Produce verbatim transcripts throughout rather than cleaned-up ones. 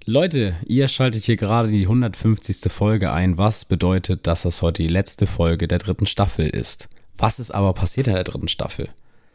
Leute, ihr schaltet hier gerade die hundertfünfzigste Folge ein, was bedeutet, dass das heute die letzte Folge der dritten Staffel ist. Was ist aber passiert in der dritten Staffel?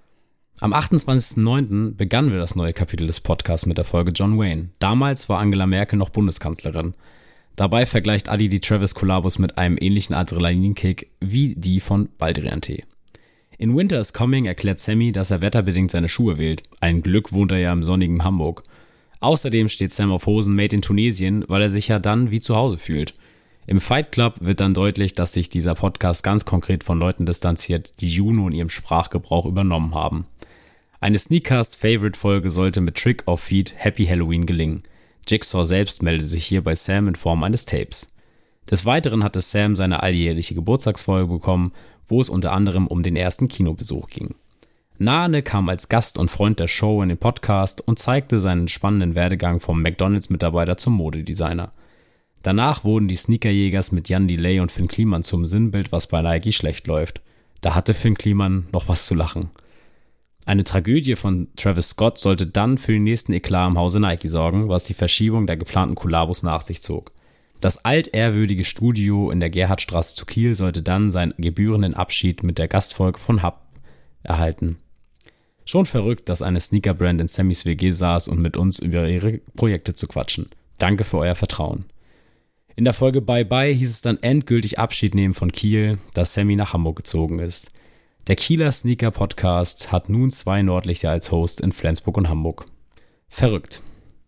Am achtundzwanzigsten neunten begannen wir das neue Kapitel des Podcasts mit der Folge John Wayne. Damals war Angela Merkel noch Bundeskanzlerin. Dabei vergleicht Adi die Travis-Kollabos mit einem ähnlichen Adrenalinkick wie die von Baldrian Tee. In Winter is Coming erklärt Sammy, dass er wetterbedingt seine Schuhe wählt. Ein Glück wohnt er ja im sonnigen Hamburg. Außerdem steht Sam auf Hosen made in Tunesien, weil er sich ja dann wie zu Hause fühlt. Im Fight Club wird dann deutlich, dass sich dieser Podcast ganz konkret von Leuten distanziert, die Juno in ihrem Sprachgebrauch übernommen haben. Eine Sneakcast-Favorite-Folge sollte mit Trick of Feet Happy Halloween gelingen. Jigsaw selbst meldet sich hier bei Sam in Form eines Tapes. Des Weiteren hatte Sam seine alljährliche Geburtstagsfolge bekommen, wo es unter anderem um den ersten Kinobesuch ging. Nane kam als Gast und Freund der Show in den Podcast und zeigte seinen spannenden Werdegang vom McDonalds-Mitarbeiter zum Modedesigner. Danach wurden die Sneakerjägers mit Jan Delay und Finn Kliman zum Sinnbild, was bei Nike schlecht läuft. Da hatte Finn Kliman noch was zu lachen. Eine Tragödie von Travis Scott sollte dann für den nächsten Eklat im Hause Nike sorgen, was die Verschiebung der geplanten Kollabos nach sich zog. Das altehrwürdige Studio in der Gerhardstraße zu Kiel sollte dann seinen gebührenden Abschied mit der Gastfolge von Hub erhalten. Schon verrückt, dass eine Sneaker-Brand in Sammys W G saß und mit uns über ihre Projekte zu quatschen. Danke für euer Vertrauen. In der Folge Bye Bye hieß es dann endgültig Abschied nehmen von Kiel, da Sammy nach Hamburg gezogen ist. Der Kieler Sneaker-Podcast hat nun zwei Nordlichter als Host in Flensburg und Hamburg. Verrückt.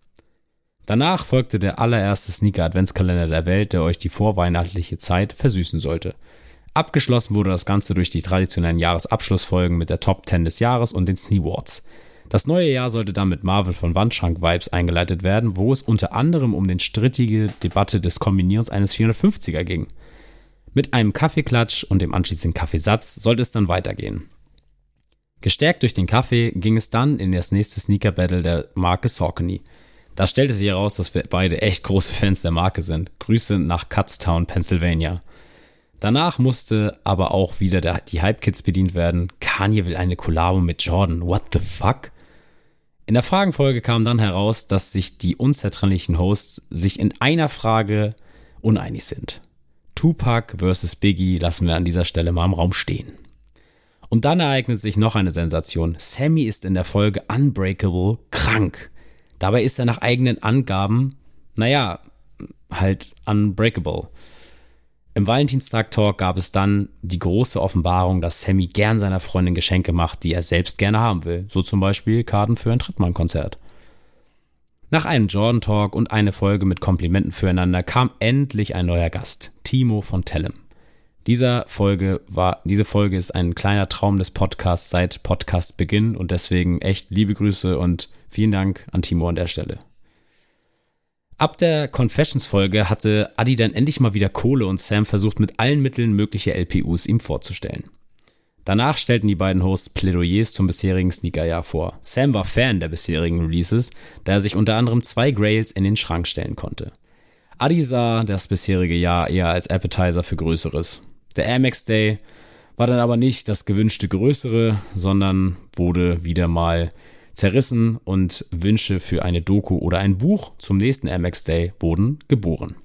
Danach folgte der allererste Sneaker-Adventskalender der Welt, der euch die vorweihnachtliche Zeit versüßen sollte. Abgeschlossen wurde das Ganze durch die traditionellen Jahresabschlussfolgen mit der Top zehn des Jahres und den Sneawards. Das neue Jahr sollte dann mit Marvel von Wandschrank-Vibes eingeleitet werden, wo es unter anderem um den strittige Debatte des Kombinierens eines vierhundertfünfziger ging. Mit einem Kaffeeklatsch und dem anschließenden Kaffeesatz sollte es dann weitergehen. Gestärkt durch den Kaffee ging es dann in das nächste Sneaker-Battle der Marke Saucony. Da stellte sich heraus, dass wir beide echt große Fans der Marke sind. Grüße nach Kutztown, Pennsylvania. Danach musste aber auch wieder der, die Hype-Kids bedient werden. Kanye will eine Kollabo mit Jordan. What the fuck? In der Fragenfolge kam dann heraus, dass sich die unzertrennlichen Hosts sich in einer Frage uneinig sind. Tupac versus Biggie lassen wir an dieser Stelle mal im Raum stehen. Und dann ereignet sich noch eine Sensation. Sammy ist in der Folge Unbreakable krank. Dabei ist er nach eigenen Angaben, naja, halt unbreakable. Im Valentinstag-Talk gab es dann die große Offenbarung, dass Sammy gern seiner Freundin Geschenke macht, die er selbst gerne haben will. So zum Beispiel Karten für ein Trittmann-Konzert. Nach einem Jordan-Talk und eine Folge mit Komplimenten füreinander kam endlich ein neuer Gast, Timo von Tellem. Dieser Folge war, diese Folge ist ein kleiner Traum des Podcasts seit Podcastbeginn und deswegen echt liebe Grüße und vielen Dank an Timo an der Stelle. Ab der Confessions-Folge hatte Adi dann endlich mal wieder Kohle und Sam versucht mit allen Mitteln mögliche L P Us ihm vorzustellen. Danach stellten die beiden Hosts Plädoyers zum bisherigen Sneakerjahr vor. Sam war Fan der bisherigen Releases, da er sich unter anderem zwei Grails in den Schrank stellen konnte. Adi sah das bisherige Jahr eher als Appetizer für Größeres. Der Air Max Day war dann aber nicht das gewünschte Größere, sondern wurde wieder mal zerrissen und Wünsche für eine Doku oder ein Buch zum nächsten Air Max Day wurden geboren.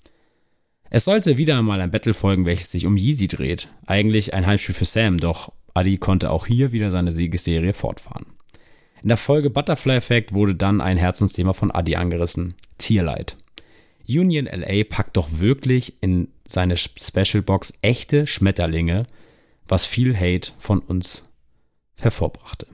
Es sollte wieder einmal ein Battle folgen, welches sich um Yeezy dreht. Eigentlich ein Heimspiel für Sam, doch Adi konnte auch hier wieder seine Siegesserie fortfahren. In der Folge Butterfly Effect wurde dann ein Herzensthema von Adi angerissen: Tierleid. Union L A packt doch wirklich in seine Specialbox echte Schmetterlinge, was viel Hate von uns hervorbrachte.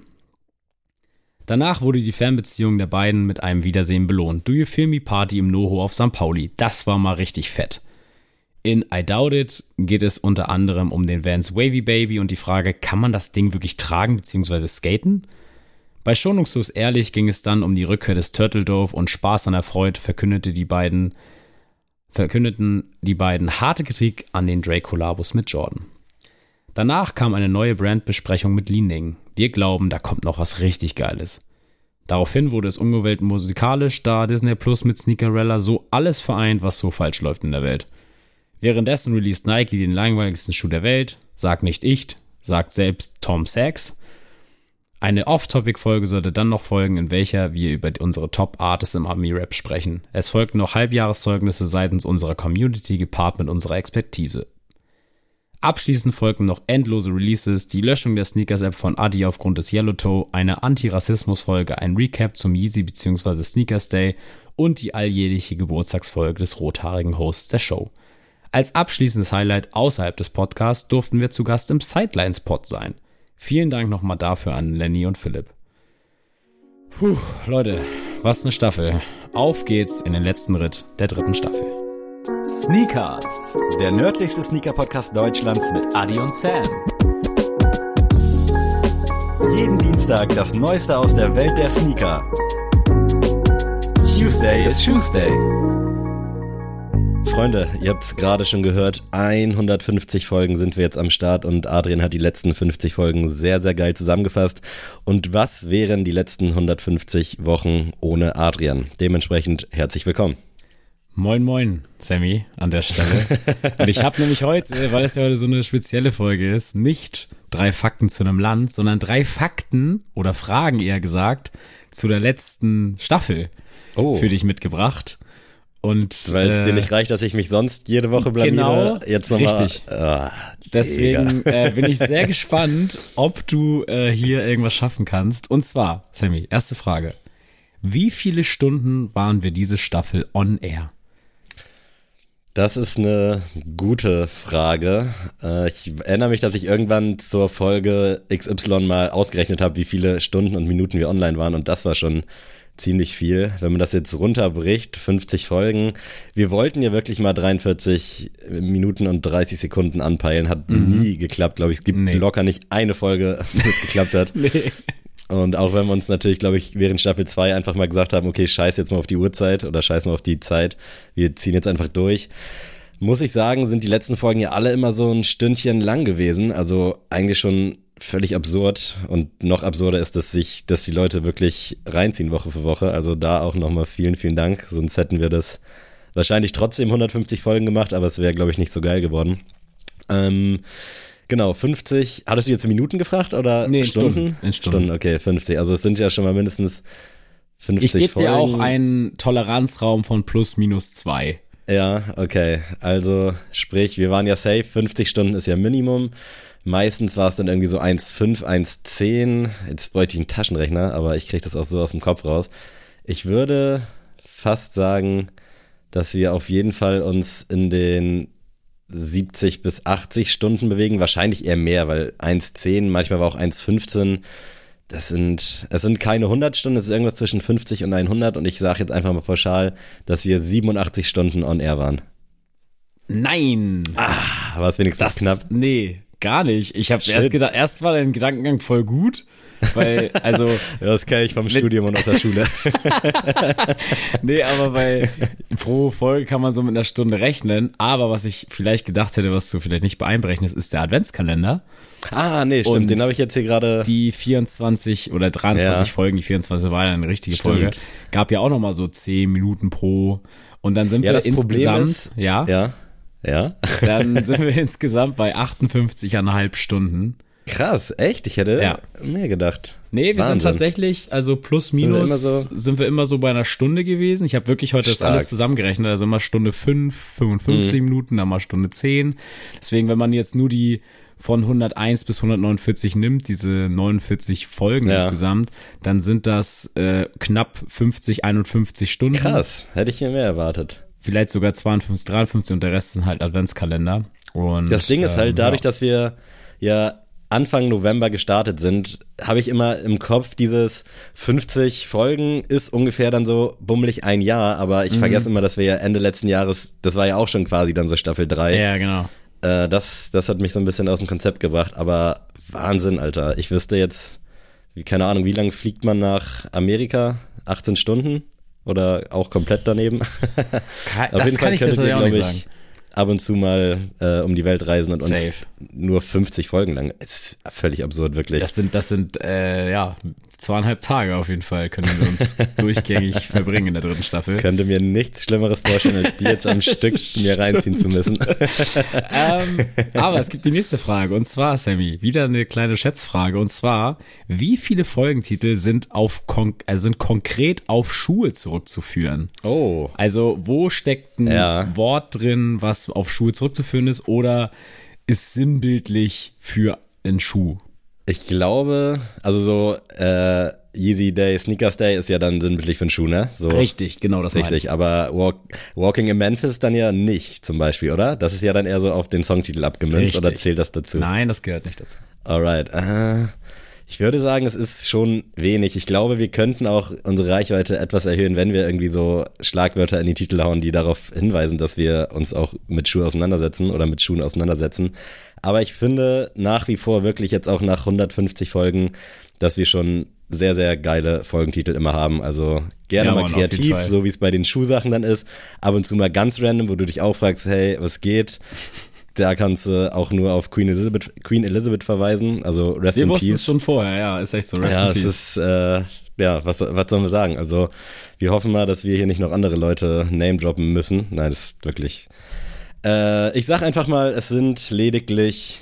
Danach wurde die Fernbeziehung der beiden mit einem Wiedersehen belohnt. Do You Feel Me Party im NoHo auf Sankt Pauli. Das war mal richtig fett. In I Doubt It geht es unter anderem um den Vans Wavy Baby und die Frage, kann man das Ding wirklich tragen bzw. skaten? Bei Schonungslos Ehrlich ging es dann um die Rückkehr des Turtle Dove und Spaß an der Freude verkündete die beiden, verkündeten die beiden harte Kritik an den Drake-Kollabos mit Jordan. Danach kam eine neue Brandbesprechung mit Li-Ning. Wir glauben, da kommt noch was richtig Geiles. Daraufhin wurde es umgewählt musikalisch, da Disney Plus mit Sneakerella so alles vereint, was so falsch läuft in der Welt. Währenddessen released Nike den langweiligsten Schuh der Welt, sagt nicht ich, sagt selbst Tom Sachs. Eine Off-Topic-Folge sollte dann noch folgen, in welcher wir über unsere Top-Artists im Ami-Rap sprechen. Es folgten noch Halbjahreszeugnisse seitens unserer Community, gepaart mit unserer Expertise. Abschließend folgten noch endlose Releases, die Löschung der Sneakers-App von Adi aufgrund des Yellow Toe, eine Anti-Rassismus-Folge, ein Recap zum Yeezy bzw. Sneakers Day und die alljährliche Geburtstagsfolge des rothaarigen Hosts der Show. Als abschließendes Highlight außerhalb des Podcasts durften wir zu Gast im Sidelines-Pod sein. Vielen Dank nochmal dafür an Lenny und Philipp. Puh, Leute, was eine Staffel. Auf geht's in den letzten Ritt der dritten Staffel. Sneakcast, der nördlichste Sneaker-Podcast Deutschlands mit Adi und Sam. Jeden Dienstag das Neueste aus der Welt der Sneaker. Tuesday is Tuesday. Freunde, ihr habt es gerade schon gehört, hundertfünfzig Folgen sind wir jetzt am Start und Adrian hat die letzten fünfzig Folgen sehr, sehr geil zusammengefasst. Und was wären die letzten hundertfünfzig Wochen ohne Adrian? Dementsprechend herzlich willkommen. Moin moin, Sammy, an der Stelle. Und ich habe nämlich heute, weil es ja heute so eine spezielle Folge ist, nicht drei Fakten zu einem Land, sondern drei Fakten oder Fragen eher gesagt zu der letzten Staffel oh. für dich mitgebracht. Und weil es äh, dir nicht reicht, dass ich mich sonst jede Woche blamiere. Genau, jetzt noch mal, richtig. Ah, Deswegen äh, bin ich sehr gespannt, ob du äh, hier irgendwas schaffen kannst. Und zwar, Sammy, erste Frage. Wie viele Stunden waren wir diese Staffel on air? Das ist eine gute Frage. Ich erinnere mich, dass ich irgendwann zur Folge X Y mal ausgerechnet habe, wie viele Stunden und Minuten wir online waren. Und das war schon ziemlich viel. Wenn man das jetzt runterbricht, fünfzig Folgen. Wir wollten ja wirklich mal dreiundvierzig Minuten und dreißig Sekunden anpeilen. Hat mhm. nie geklappt, glaube ich. Es gibt nee. locker nicht eine Folge, wo es geklappt hat. nee. Und auch wenn wir uns natürlich, glaube ich, während Staffel zwei einfach mal gesagt haben, okay, scheiß jetzt mal auf die Uhrzeit oder scheiß mal auf die Zeit, wir ziehen jetzt einfach durch, muss ich sagen, sind die letzten Folgen ja alle immer so ein Stündchen lang gewesen, also eigentlich schon völlig absurd und noch absurder ist, dass sich, dass die Leute wirklich reinziehen Woche für Woche, also da auch nochmal vielen, vielen Dank, sonst hätten wir das wahrscheinlich trotzdem hundertfünfzig Folgen gemacht, aber es wäre, glaube ich, nicht so geil geworden. Ähm, Genau, fünfzig. Hattest du jetzt Minuten gefragt oder nee, Stunden? Stunden. In Stunden. Stunden, okay, fünfzig. Also es sind ja schon mal mindestens fünfzig Folgen. Ich gebe dir auch einen Toleranzraum von plus minus zwei. Ja, okay. Also sprich, wir waren ja safe, fünfzig Stunden ist ja Minimum. Meistens war es dann irgendwie so eins Komma fünf, eins Komma zehn. Jetzt bräuchte ich einen Taschenrechner, aber ich kriege das auch so aus dem Kopf raus. Ich würde fast sagen, dass wir auf jeden Fall uns in den siebzig bis achtzig Stunden bewegen, wahrscheinlich eher mehr, weil eins Komma zehn, manchmal war auch eins Komma fünfzehn, das sind, es sind keine hundert Stunden, es ist irgendwas zwischen fünfzig und hundert und ich sage jetzt einfach mal pauschal, dass wir siebenundachtzig Stunden on air waren. Nein! Ah, war es wenigstens das, knapp? Nee, gar nicht. Ich habe erst gedacht, erst war dein Gedankengang voll gut, weil, also... ja, das kenne ich vom Studium und aus der Schule. Nee, aber weil pro Folge kann man so mit einer Stunde rechnen, aber was ich vielleicht gedacht hätte, was du vielleicht nicht beeinberechnest, ist der Adventskalender. Ah, nee, stimmt, und den habe ich jetzt hier gerade... Die vierundzwanzig oder dreiundzwanzig ja. Folgen, die vierundzwanzig war ja eine richtige stimmt. Folge, gab ja auch nochmal so zehn Minuten pro und dann sind ja, wir das insgesamt... Ist, ja, ja, ja. Dann sind wir insgesamt bei achtundfünfzig Komma fünf Stunden. Krass, echt? Ich hätte ja. mehr gedacht. Nee, wir Wahnsinn. Sind tatsächlich, also plus minus sind wir, so sind wir immer so bei einer Stunde gewesen. Ich habe wirklich heute Stark. Das alles zusammengerechnet, also immer Stunde fünf, fünfundfünfzig mhm. Minuten, dann mal Stunde zehn. Deswegen, wenn man jetzt nur die von hunderteins bis hundertneunundvierzig nimmt, diese neunundvierzig Folgen ja. insgesamt, dann sind das äh, knapp fünfzig, einundfünfzig Stunden. Krass, hätte ich hier mehr erwartet. Vielleicht sogar zweiundfünfzig, dreiundfünfzig und der Rest sind halt Adventskalender. Und das Ding ist halt, ähm, dadurch, ja. dass wir ja Anfang November gestartet sind, habe ich immer im Kopf dieses fünfzig Folgen ist ungefähr dann so bummelig ein Jahr, aber ich mhm. vergesse immer, dass wir ja Ende letzten Jahres, das war ja auch schon quasi dann so Staffel drei. Ja, genau. Äh, das, das hat mich so ein bisschen aus dem Konzept gebracht, aber Wahnsinn, Alter. Ich wüsste jetzt, wie, keine Ahnung, wie lange fliegt man nach Amerika? achtzehn Stunden? Oder auch komplett daneben? Kann, das kann ich jetzt ja auch nicht sagen. ab und zu mal äh, um die Welt reisen und Safe. uns nur fünfzig Folgen lang. Es ist völlig absurd, wirklich. Das sind, das sind, äh, ja, zweieinhalb Tage auf jeden Fall können wir uns durchgängig verbringen in der dritten Staffel. Könnte mir nichts Schlimmeres vorstellen, als die jetzt am Stück mir reinziehen zu müssen. ähm, aber es gibt die nächste Frage und zwar, Sammy, wieder eine kleine Schätzfrage und zwar, wie viele Folgentitel sind auf kon- also sind konkret auf Schuhe zurückzuführen? Oh. Also wo steckt ein Ja. Wort drin, was auf Schuhe zurückzuführen ist oder ist sinnbildlich für einen Schuh? Ich glaube, also so äh, Yeezy Day, Sneakers Day ist ja dann sinnbildlich für einen Schuh, ne? So, Richtig, genau das meine ich. richtig, aber Walk, Walking in Memphis dann ja nicht zum Beispiel, oder? Das ist ja dann eher so auf den Songtitel abgemünzt, Richtig. oder zählt das dazu? Nein, das gehört nicht dazu. Alright. Äh, ich würde sagen, es ist schon wenig. Ich glaube, wir könnten auch unsere Reichweite etwas erhöhen, wenn wir irgendwie so Schlagwörter in die Titel hauen, die darauf hinweisen, dass wir uns auch mit Schuhen auseinandersetzen oder mit Schuhen auseinandersetzen. Aber ich finde nach wie vor wirklich jetzt auch nach hundertfünfzig Folgen, dass wir schon sehr, sehr geile Folgentitel immer haben. Also gerne Ja, mal Mann, auf jeden kreativ, Fall. so wie es bei den Schuhsachen dann ist. Ab und zu mal ganz random, wo du dich auch fragst, hey, was geht? Da kannst du auch nur auf Queen Elizabeth, Queen Elizabeth verweisen. Also Rest Wir in wussten es Peace. schon vorher, ja, ist echt so. Rest Ja, in es Peace. ist, äh, ja, was, was sollen wir sagen? Also, wir hoffen mal, dass wir hier nicht noch andere Leute name-droppen müssen. Nein, das ist wirklich. Äh, ich sag einfach mal, es sind lediglich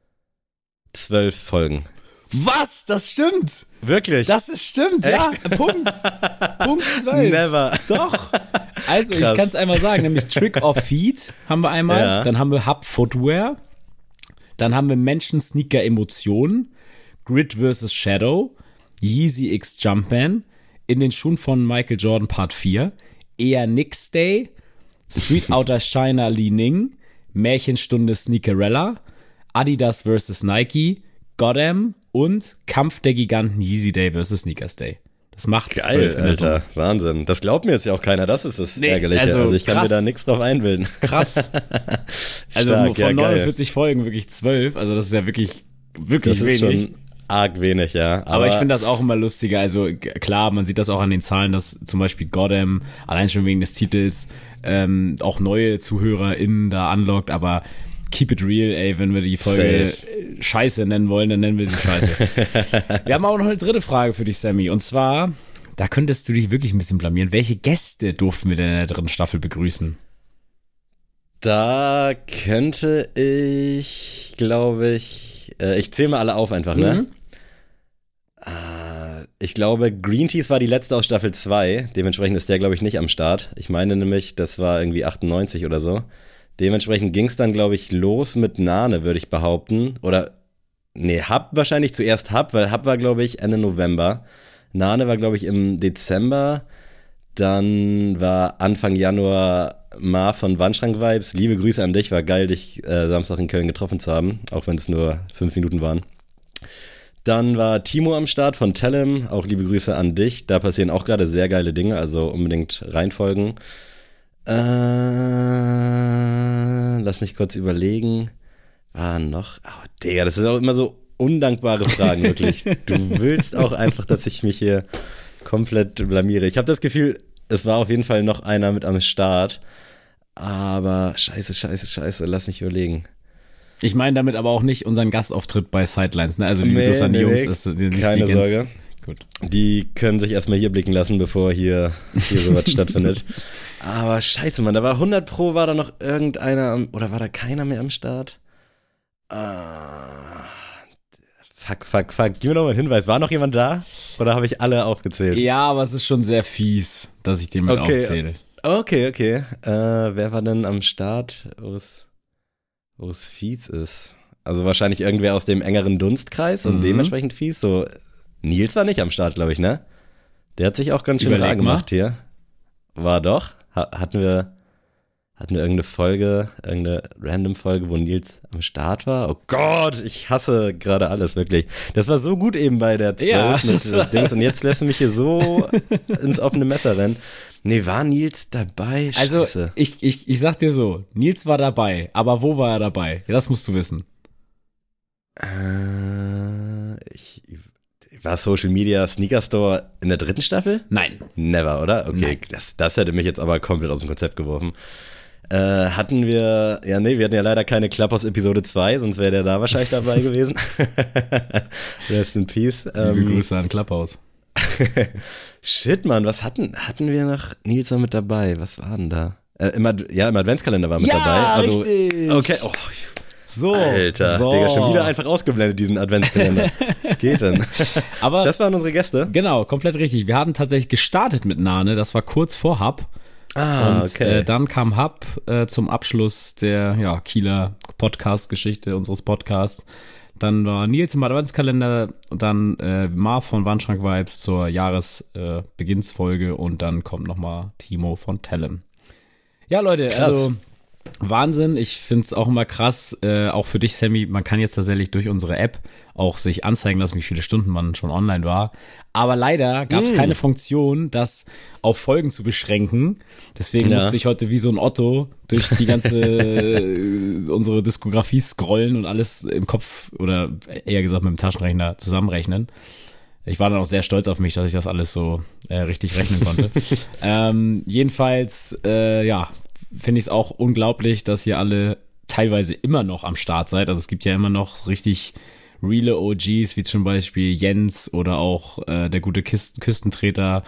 zwölf Folgen. Was? Das stimmt! Wirklich? Das ist stimmt, Echt? ja. Punkt. Punkt zwölf. Never. Doch. Also, Krass. ich kann es einmal sagen, nämlich Trick or Feet haben wir einmal, Ja. dann haben wir Hub Footwear, dann haben wir Menschen Sneaker Emotionen, Grid versus Shadow, Yeezy X Jumpman, in den Schuhen von Michael Jordan Part vier, eher Nix Day, Street Outer Shiner Li Ning, Märchenstunde Sneakerella, Adidas versus Nike, Goddam und Kampf der Giganten Yeezy Day versus Sneakers Day. Das macht Geil, zwölf in der Summe. Alter. Wahnsinn. Das glaubt mir jetzt ja auch keiner. Das ist das Nee, Ärgerliche. also Also, ich kann krass. mir da nichts drauf einbilden. Krass. Also Stark, von ja, geil. neunundvierzig Folgen wirklich zwölf. Also das ist ja wirklich, wirklich Das ist wenig. schon arg wenig, ja. Aber, Aber ich finde das auch immer lustiger. Also g- klar, man sieht das auch an den Zahlen, dass zum Beispiel Goddam allein schon wegen des Titels ähm, auch neue ZuhörerInnen da anlockt. Aber keep it real, ey, wenn wir die Folge Safe. äh, Scheiße nennen wollen, dann nennen wir sie Scheiße. Wir haben auch noch eine dritte Frage für dich, Sammy. Und zwar, da könntest du dich wirklich ein bisschen blamieren. Welche Gäste durften wir denn in der dritten Staffel begrüßen? Da könnte ich, glaube ich, äh, ich zähle mal alle auf einfach, ne? Mhm. Äh, ich glaube, Green Teas war die letzte aus Staffel zwei. Dementsprechend ist der, glaube ich, nicht am Start. Ich meine nämlich, das war irgendwie achtundneunzig oder so. Dementsprechend ging es dann, glaube ich, los mit Nane, würde ich behaupten. Oder, nee, Hub wahrscheinlich zuerst Hub, weil Hub war, glaube ich, Ende November. Nane war, glaube ich, im Dezember. Dann war Anfang Januar Mar von Wandschrank Vibes. Liebe Grüße an dich, war geil, dich äh, Samstag in Köln getroffen zu haben, auch wenn es nur fünf Minuten waren. Dann war Timo am Start von Tellem, auch liebe Grüße an dich. Da passieren auch gerade sehr geile Dinge, also unbedingt reinfolgen. Äh, lass mich kurz überlegen. War noch, oh Digga, das ist auch immer so undankbare Fragen, wirklich. Du willst auch einfach, dass ich mich hier komplett blamiere. Ich habe das Gefühl, es war auf jeden Fall noch einer mit am Start. Aber scheiße, scheiße, scheiße, lass mich überlegen. Ich meine damit aber auch nicht unseren Gastauftritt bei Sidelines, ne? Also die Nee, Grüße an die nee, Jungs. nee. Ist, die, nicht Keine die ganz, Sorge. Gut. Die können sich erstmal hier blicken lassen, bevor hier, hier sowas stattfindet. Aber scheiße, Mann, da war hundert Pro, war da noch irgendeiner am, oder war da keiner mehr am Start? Ah, fuck, fuck, fuck. Gib mir noch mal einen Hinweis. War noch jemand da? Oder habe ich alle aufgezählt? Ja, aber es ist schon sehr fies, dass ich den mit Okay. aufzähle. Okay, okay. Äh, wer war denn am Start, wo es, wo es fies ist? Also wahrscheinlich irgendwer aus dem engeren Dunstkreis und Mhm. dementsprechend fies. So, Nils war nicht am Start, glaube ich, ne? Der hat sich auch ganz schön Überleg rar mal. gemacht hier. War doch. Ha- hatten wir, hatten wir irgendeine Folge, irgendeine random Folge, wo Nils am Start war? Oh Gott, ich hasse gerade alles, wirklich. Das war so gut eben bei der Ja, zwölf das war- mit Dings und jetzt lässt du mich hier so ins offene Messer rennen. Nee, war Nils dabei? Also Scheiße. ich, ich, ich sag dir so, Nils war dabei, aber wo war er dabei? Ja, das musst du wissen. Äh, ich, war Social Media Sneaker Store in der dritten Staffel? Nein. Never, oder? Okay, Nein. das, das hätte mich jetzt aber komplett aus dem Konzept geworfen. Äh, hatten wir, ja nee, wir hatten ja leider keine Clubhouse Episode zwei, sonst wäre der da wahrscheinlich dabei gewesen. Rest in Peace. Liebe ähm, Grüße an Clubhouse. Shit, Mann, was hatten, hatten wir noch? Nils war mit dabei, was war denn da? Äh, im Ad- ja, im Adventskalender war mit ja, dabei. Also, richtig. Okay, oh, so, Alter, so. Digga, schon wieder einfach ausgeblendet, diesen Adventskalender. Was geht denn? Aber das waren unsere Gäste? Genau, komplett richtig. Wir haben tatsächlich gestartet mit Nane, das war kurz vor Hub. Ah, und okay. äh, dann kam Hub äh, zum Abschluss der ja, Kieler Podcast-Geschichte unseres Podcasts. Dann war Nils im Adventskalender, dann äh, Marv von Wandschrank Vibes zur Jahresbeginnsfolge äh, und dann kommt nochmal Timo von Tellem. Ja, Leute, krass. Also Wahnsinn. Ich finde es auch immer krass, äh, auch für dich, Sammy, man kann jetzt tatsächlich durch unsere App auch sich anzeigen lassen, wie viele Stunden man schon online war. Aber leider gab es mm. keine Funktion, das auf Folgen zu beschränken. Deswegen ja. musste ich heute wie so ein Otto durch die ganze äh, unsere Diskografie scrollen und alles im Kopf oder eher gesagt mit dem Taschenrechner zusammenrechnen. Ich war dann auch sehr stolz auf mich, dass ich das alles so äh, richtig rechnen konnte. ähm, jedenfalls, äh, ja, finde ich es auch unglaublich, dass ihr alle teilweise immer noch am Start seid. Also es gibt ja immer noch richtig reale O Gs, wie zum Beispiel Jens oder auch äh, der gute Kist- Küstentreter.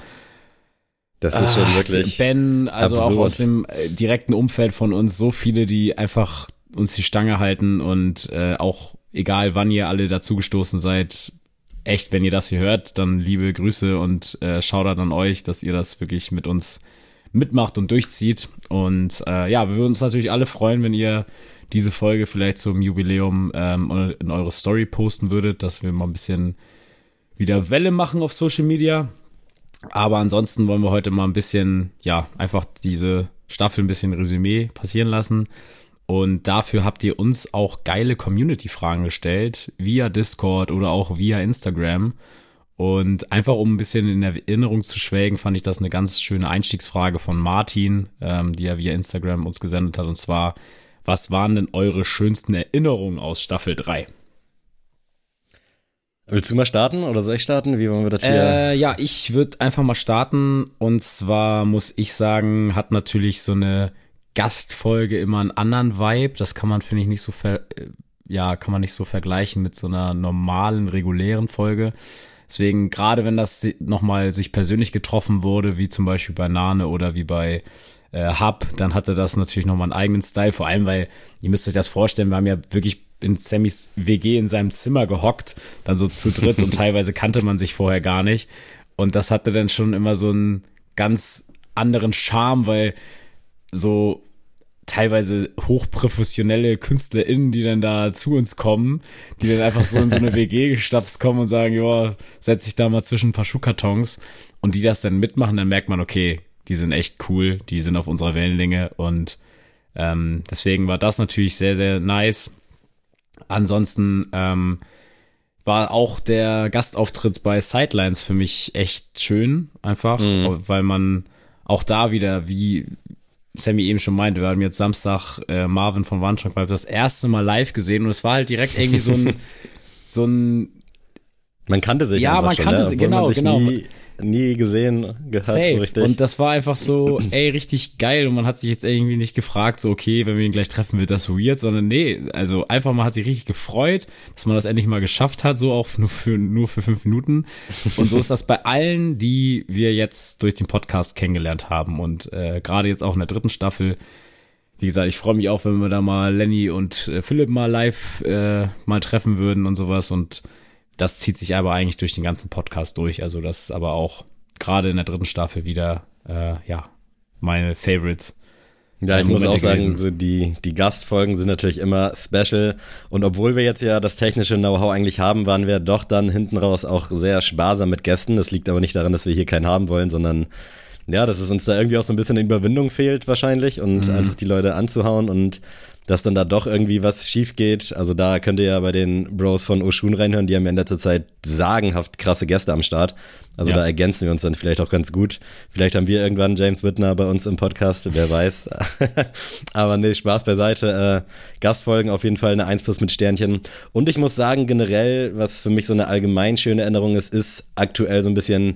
Das ist schon wirklich Ben, also absurd. Auch aus dem äh, direkten Umfeld von uns, so viele, die einfach uns die Stange halten und äh, auch egal, wann ihr alle dazugestoßen seid, echt, wenn ihr das hier hört, dann liebe Grüße und äh, Shoutout an euch, dass ihr das wirklich mit uns mitmacht und durchzieht. Und äh, ja, wir würden uns natürlich alle freuen, wenn ihr diese Folge vielleicht zum Jubiläum ähm, in eure Story posten würdet, dass wir mal ein bisschen wieder Welle machen auf Social Media. Aber ansonsten wollen wir heute mal ein bisschen, ja, einfach diese Staffel ein bisschen Resümee passieren lassen. Und dafür habt ihr uns auch geile Community-Fragen gestellt, via Discord oder auch via Instagram. Und einfach um ein bisschen in Erinnerung zu schwelgen, fand ich das eine ganz schöne Einstiegsfrage von Martin, ähm, die er via Instagram uns gesendet hat. Und zwar, was waren denn eure schönsten Erinnerungen aus Staffel drei? Willst du mal starten oder soll ich starten? Wie wollen wir das hier? Äh, ja, ich würde einfach mal starten. Und zwar muss ich sagen, hat natürlich so eine Gastfolge immer einen anderen Vibe. Das kann man, finde ich, nicht so ver- ja, kann man nicht so vergleichen mit so einer normalen, regulären Folge. Deswegen, gerade wenn das nochmal sich persönlich getroffen wurde, wie zum Beispiel bei Nane oder wie bei äh, Hub, dann hatte das natürlich nochmal einen eigenen Style. Vor allem, weil, ihr müsst euch das vorstellen, wir haben ja wirklich in Sammys W G in seinem Zimmer gehockt, dann so zu dritt und teilweise kannte man sich vorher gar nicht. Und das hatte dann schon immer so einen ganz anderen Charme, weil so teilweise hochprofessionelle KünstlerInnen, die dann da zu uns kommen, die dann einfach so in so eine W G gestapst kommen und sagen, ja, setz dich da mal zwischen ein paar Schuhkartons und die das dann mitmachen, dann merkt man, okay, die sind echt cool, die sind auf unserer Wellenlänge und ähm, deswegen war das natürlich sehr, sehr nice. Ansonsten ähm, war auch der Gastauftritt bei Sidelines für mich echt schön, einfach, mhm. weil man auch da wieder, wie Sammy eben schon meinte, wir haben jetzt Samstag äh, Marvin von Wandschrank das erste Mal live gesehen und es war halt direkt irgendwie so ein so ein man kannte sich ja, man schon, kannte ne? sich, genau, man sich genau. Nie, nie gesehen, gehört Safe. so richtig. Und das war einfach so, ey, richtig geil und man hat sich jetzt irgendwie nicht gefragt, so okay, wenn wir ihn gleich treffen, wird das weird, sondern nee, also einfach man hat sich richtig gefreut, dass man das endlich mal geschafft hat, so auch nur für, nur für fünf Minuten und so ist das bei allen, die wir jetzt durch den Podcast kennengelernt haben und äh, gerade jetzt auch in der dritten Staffel. Wie gesagt, ich freue mich auch, wenn wir da mal Lenny und äh, Philipp mal live äh, mal treffen würden und sowas und das zieht sich aber eigentlich durch den ganzen Podcast durch. Also das ist aber auch gerade in der dritten Staffel wieder, äh, ja, meine Favorites. Ja, ich Momente muss auch sagen, gewesen. so die, die Gastfolgen sind natürlich immer special. Und obwohl wir jetzt ja das technische Know-how eigentlich haben, waren wir doch dann hinten raus auch sehr sparsam mit Gästen. Das liegt aber nicht daran, dass wir hier keinen haben wollen, sondern ja, dass es uns da irgendwie auch so ein bisschen Überwindung fehlt wahrscheinlich und mhm. einfach die Leute anzuhauen und dass dann da doch irgendwie was schief geht. Also da könnt ihr ja bei den Bros von Oshun reinhören, die haben ja in letzter Zeit sagenhaft krasse Gäste am Start. Also ja. Da ergänzen wir uns dann vielleicht auch ganz gut. Vielleicht haben wir irgendwann James Whitner bei uns im Podcast, wer weiß. Aber nee, Spaß beiseite. Äh, Gastfolgen auf jeden Fall eine eins plus mit Sternchen. Und ich muss sagen, generell, was für mich so eine allgemein schöne Erinnerung ist, ist aktuell so ein bisschen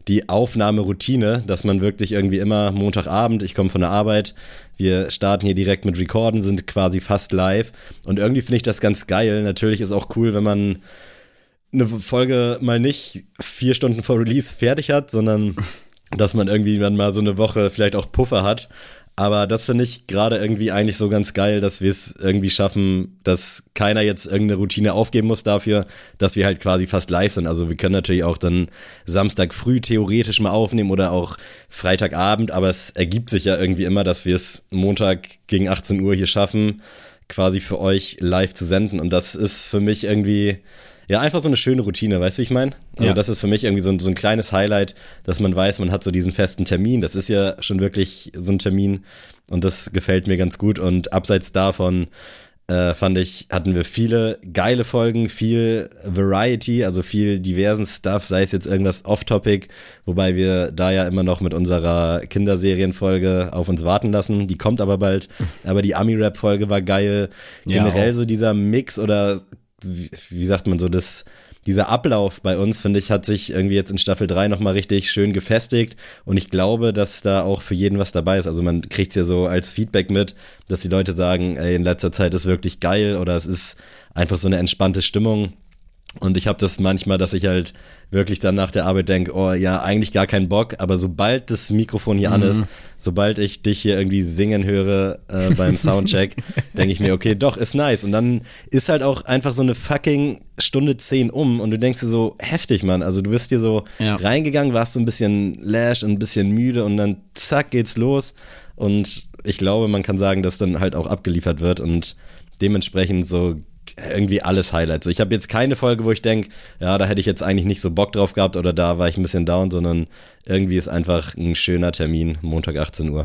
die Aufnahmeroutine, dass man wirklich irgendwie immer Montagabend, ich komme von der Arbeit, wir starten hier direkt mit Recorden, sind quasi fast live und irgendwie finde ich das ganz geil. Natürlich ist auch cool, wenn man eine Folge mal nicht vier Stunden vor Release fertig hat, sondern dass man irgendwie dann mal so eine Woche vielleicht auch Puffer hat. Aber das finde ich gerade irgendwie eigentlich so ganz geil, dass wir es irgendwie schaffen, dass keiner jetzt irgendeine Routine aufgeben muss dafür, dass wir halt quasi fast live sind. Also wir können natürlich auch dann Samstag früh theoretisch mal aufnehmen oder auch Freitagabend, aber es ergibt sich ja irgendwie immer, dass wir es Montag gegen achtzehn Uhr hier schaffen, quasi für euch live zu senden. Und das ist für mich irgendwie ja einfach so eine schöne Routine, weißt du, wie ich meine? Also ja. Das ist für mich irgendwie so ein, so ein kleines Highlight, dass man weiß, man hat so diesen festen Termin. Das ist ja schon wirklich so ein Termin und das gefällt mir ganz gut. Und abseits davon äh, fand ich, hatten wir viele geile Folgen, viel Variety, also viel diversen Stuff, sei es jetzt irgendwas off-topic, wobei wir da ja immer noch mit unserer Kinderserienfolge auf uns warten lassen. Die kommt aber bald. Aber die Ami-Rap-Folge war geil. Generell ja, so dieser Mix oder Wie, wie sagt man so, das, dieser Ablauf bei uns, finde ich, hat sich irgendwie jetzt in Staffel drei nochmal richtig schön gefestigt und ich glaube, dass da auch für jeden was dabei ist. Also man kriegt es ja so als Feedback mit, dass die Leute sagen, ey, in letzter Zeit ist wirklich geil oder es ist einfach so eine entspannte Stimmung. Und ich habe das manchmal, dass ich halt wirklich dann nach der Arbeit denke, oh ja, eigentlich gar keinen Bock, aber sobald das Mikrofon hier mhm. an ist, sobald ich dich hier irgendwie singen höre äh, beim Soundcheck, denke ich mir, okay, doch, ist nice. Und dann ist halt auch einfach so eine fucking Stunde zehn um und du denkst dir so, heftig, Mann. Also du bist hier so ja. reingegangen, warst so ein bisschen lash und ein bisschen müde und dann zack, geht's los. Und ich glaube, man kann sagen, dass dann halt auch abgeliefert wird und dementsprechend so irgendwie alles Highlights. Ich habe jetzt keine Folge, wo ich denke, ja, da hätte ich jetzt eigentlich nicht so Bock drauf gehabt oder da war ich ein bisschen down, sondern irgendwie ist einfach ein schöner Termin, Montag achtzehn Uhr.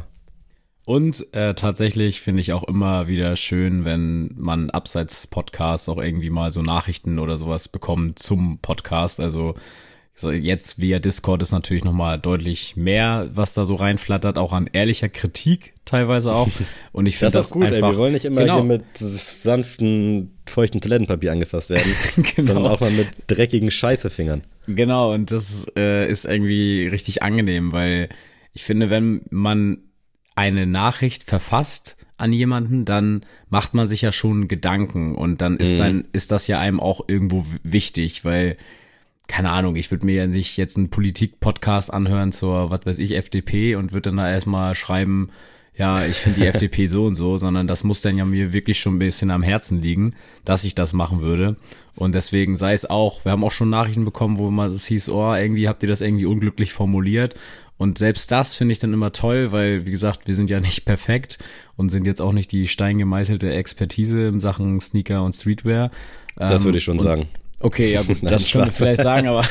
Und äh, tatsächlich finde ich auch immer wieder schön, wenn man abseits Podcasts auch irgendwie mal so Nachrichten oder sowas bekommt zum Podcast. Also jetzt via Discord ist natürlich nochmal deutlich mehr, was da so reinflattert, auch an ehrlicher Kritik teilweise auch. Und ich finde das, das gut, einfach, ey, wir wollen nicht immer genau. hier mit sanften, feuchten Toilettenpapier angefasst werden, genau. sondern auch mal mit dreckigen Scheißefingern. Genau, und das äh, ist irgendwie richtig angenehm, weil ich finde, wenn man eine Nachricht verfasst an jemanden, dann macht man sich ja schon Gedanken und dann ist mhm. dann ist das ja einem auch irgendwo wichtig, weil keine Ahnung, ich würde mir ja nicht jetzt einen Politik-Podcast anhören zur, was weiß ich, F D P und würde dann da erstmal schreiben, ja, ich finde die F D P so und so, sondern das muss dann ja mir wirklich schon ein bisschen am Herzen liegen, dass ich das machen würde. Und deswegen sei es auch, wir haben auch schon Nachrichten bekommen, wo man es hieß, oh, irgendwie habt ihr das irgendwie unglücklich formuliert. Und selbst das finde ich dann immer toll, weil, wie gesagt, wir sind ja nicht perfekt und sind jetzt auch nicht die steingemeißelte Expertise in Sachen Sneaker und Streetwear. Das würde ich schon sagen. Okay, ja gut, das können wir vielleicht sagen, aber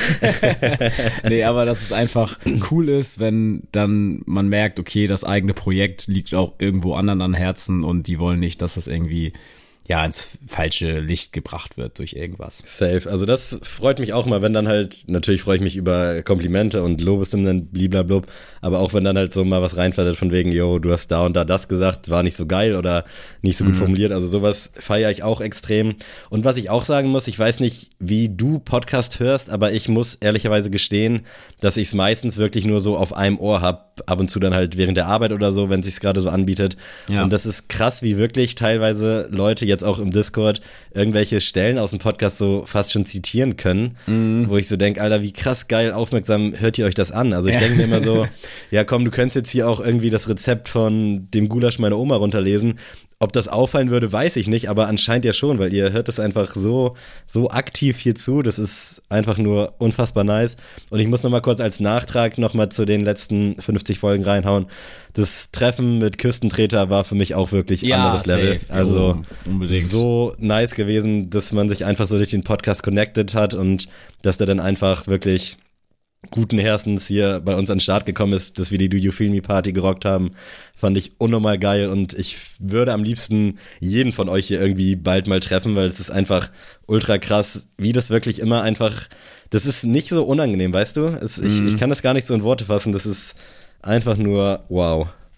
nee, aber dass es einfach cool ist, wenn dann man merkt, okay, das eigene Projekt liegt auch irgendwo anderen an Herzen und die wollen nicht, dass das irgendwie ja ins falsche Licht gebracht wird durch irgendwas. Safe. Also das freut mich auch mal, wenn dann halt, natürlich freue ich mich über Komplimente und Lobeshymnen, bliblablub, aber auch wenn dann halt so mal was reinflattert von wegen, yo, du hast da und da das gesagt, war nicht so geil oder nicht so gut mhm. formuliert, also sowas feiere ich auch extrem. Und was ich auch sagen muss, ich weiß nicht, wie du Podcast hörst, aber ich muss ehrlicherweise gestehen, dass ich es meistens wirklich nur so auf einem Ohr hab, ab und zu dann halt während der Arbeit oder so, wenn es sich gerade so anbietet. Ja. Und das ist krass, wie wirklich teilweise Leute jetzt auch im Discord irgendwelche Stellen aus dem Podcast so fast schon zitieren können, mhm. wo ich so denke, Alter, wie krass geil aufmerksam hört ihr euch das an? Also ich ja. denke mir immer so, ja komm, du könntest jetzt hier auch irgendwie das Rezept von dem Gulasch meiner Oma runterlesen. Ob das auffallen würde, weiß ich nicht, aber anscheinend ja schon, weil ihr hört es einfach so, so aktiv hier zu. Das ist einfach nur unfassbar nice. Und ich muss noch mal kurz als Nachtrag noch mal zu den letzten fünfzig Folgen reinhauen. Das Treffen mit Küstentreter war für mich auch wirklich ja, anderes safe. Level. Also oh, so nice gewesen, dass man sich einfach so durch den Podcast connected hat und dass der dann einfach wirklich guten Herzens hier bei uns an den Start gekommen ist, dass wir die Do You Feel Me Party gerockt haben, fand ich unnormal geil und ich würde am liebsten jeden von euch hier irgendwie bald mal treffen, weil es ist einfach ultra krass, wie das wirklich immer einfach, das ist nicht so unangenehm, weißt du? Es, mhm. ich, ich kann das gar nicht so in Worte fassen, das ist einfach nur wow.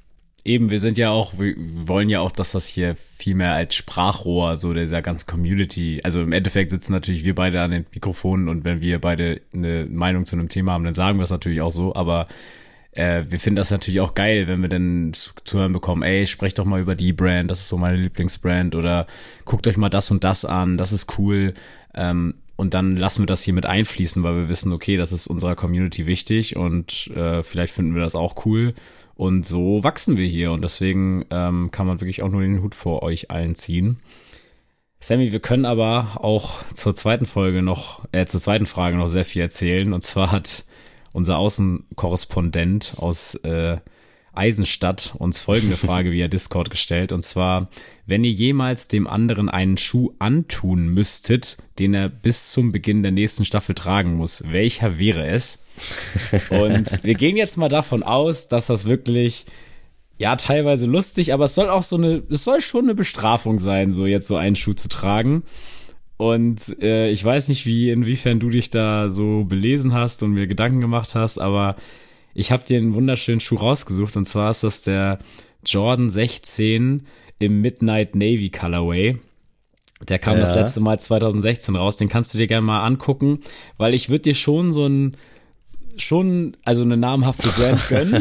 eben, wir sind ja auch, wir wollen ja auch, dass das hier viel mehr als Sprachrohr, so dieser ganzen Community, also im Endeffekt sitzen natürlich wir beide an den Mikrofonen und wenn wir beide eine Meinung zu einem Thema haben, dann sagen wir es natürlich auch so, aber äh, wir finden das natürlich auch geil, wenn wir dann zu, zu hören bekommen, ey, sprecht doch mal über die Brand, das ist so meine Lieblingsbrand oder guckt euch mal das und das an, das ist cool, ähm, und dann lassen wir das hier mit einfließen, weil wir wissen, okay, das ist unserer Community wichtig und äh, vielleicht finden wir das auch cool. Und so wachsen wir hier. Und deswegen ähm, kann man wirklich auch nur den Hut vor euch allen ziehen. Sammy, wir können aber auch zur zweiten Folge noch, äh, zur zweiten Frage noch sehr viel erzählen. Und zwar hat unser Außenkorrespondent aus äh, Eisenstadt uns folgende Frage via Discord gestellt. Und zwar, wenn ihr jemals dem anderen einen Schuh antun müsstet, den er bis zum Beginn der nächsten Staffel tragen muss, welcher wäre es? Und wir gehen jetzt mal davon aus, dass das wirklich, ja, teilweise lustig, aber es soll auch so eine, es soll schon eine Bestrafung sein, so jetzt so einen Schuh zu tragen. Und äh, ich weiß nicht, wie, inwiefern du dich da so belesen hast und mir Gedanken gemacht hast, aber ich habe dir einen wunderschönen Schuh rausgesucht und zwar ist das der Jordan sechzehn im Midnight Navy Colorway. Der kam ja das letzte Mal zwanzig sechzehn raus, den kannst du dir gerne mal angucken, weil ich würde dir schon so ein schon, also eine namhafte Brand gönnen,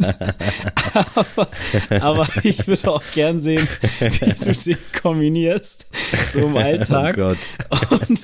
aber, aber ich würde auch gern sehen, wie du den kombinierst, so im Alltag. Oh Gott. Und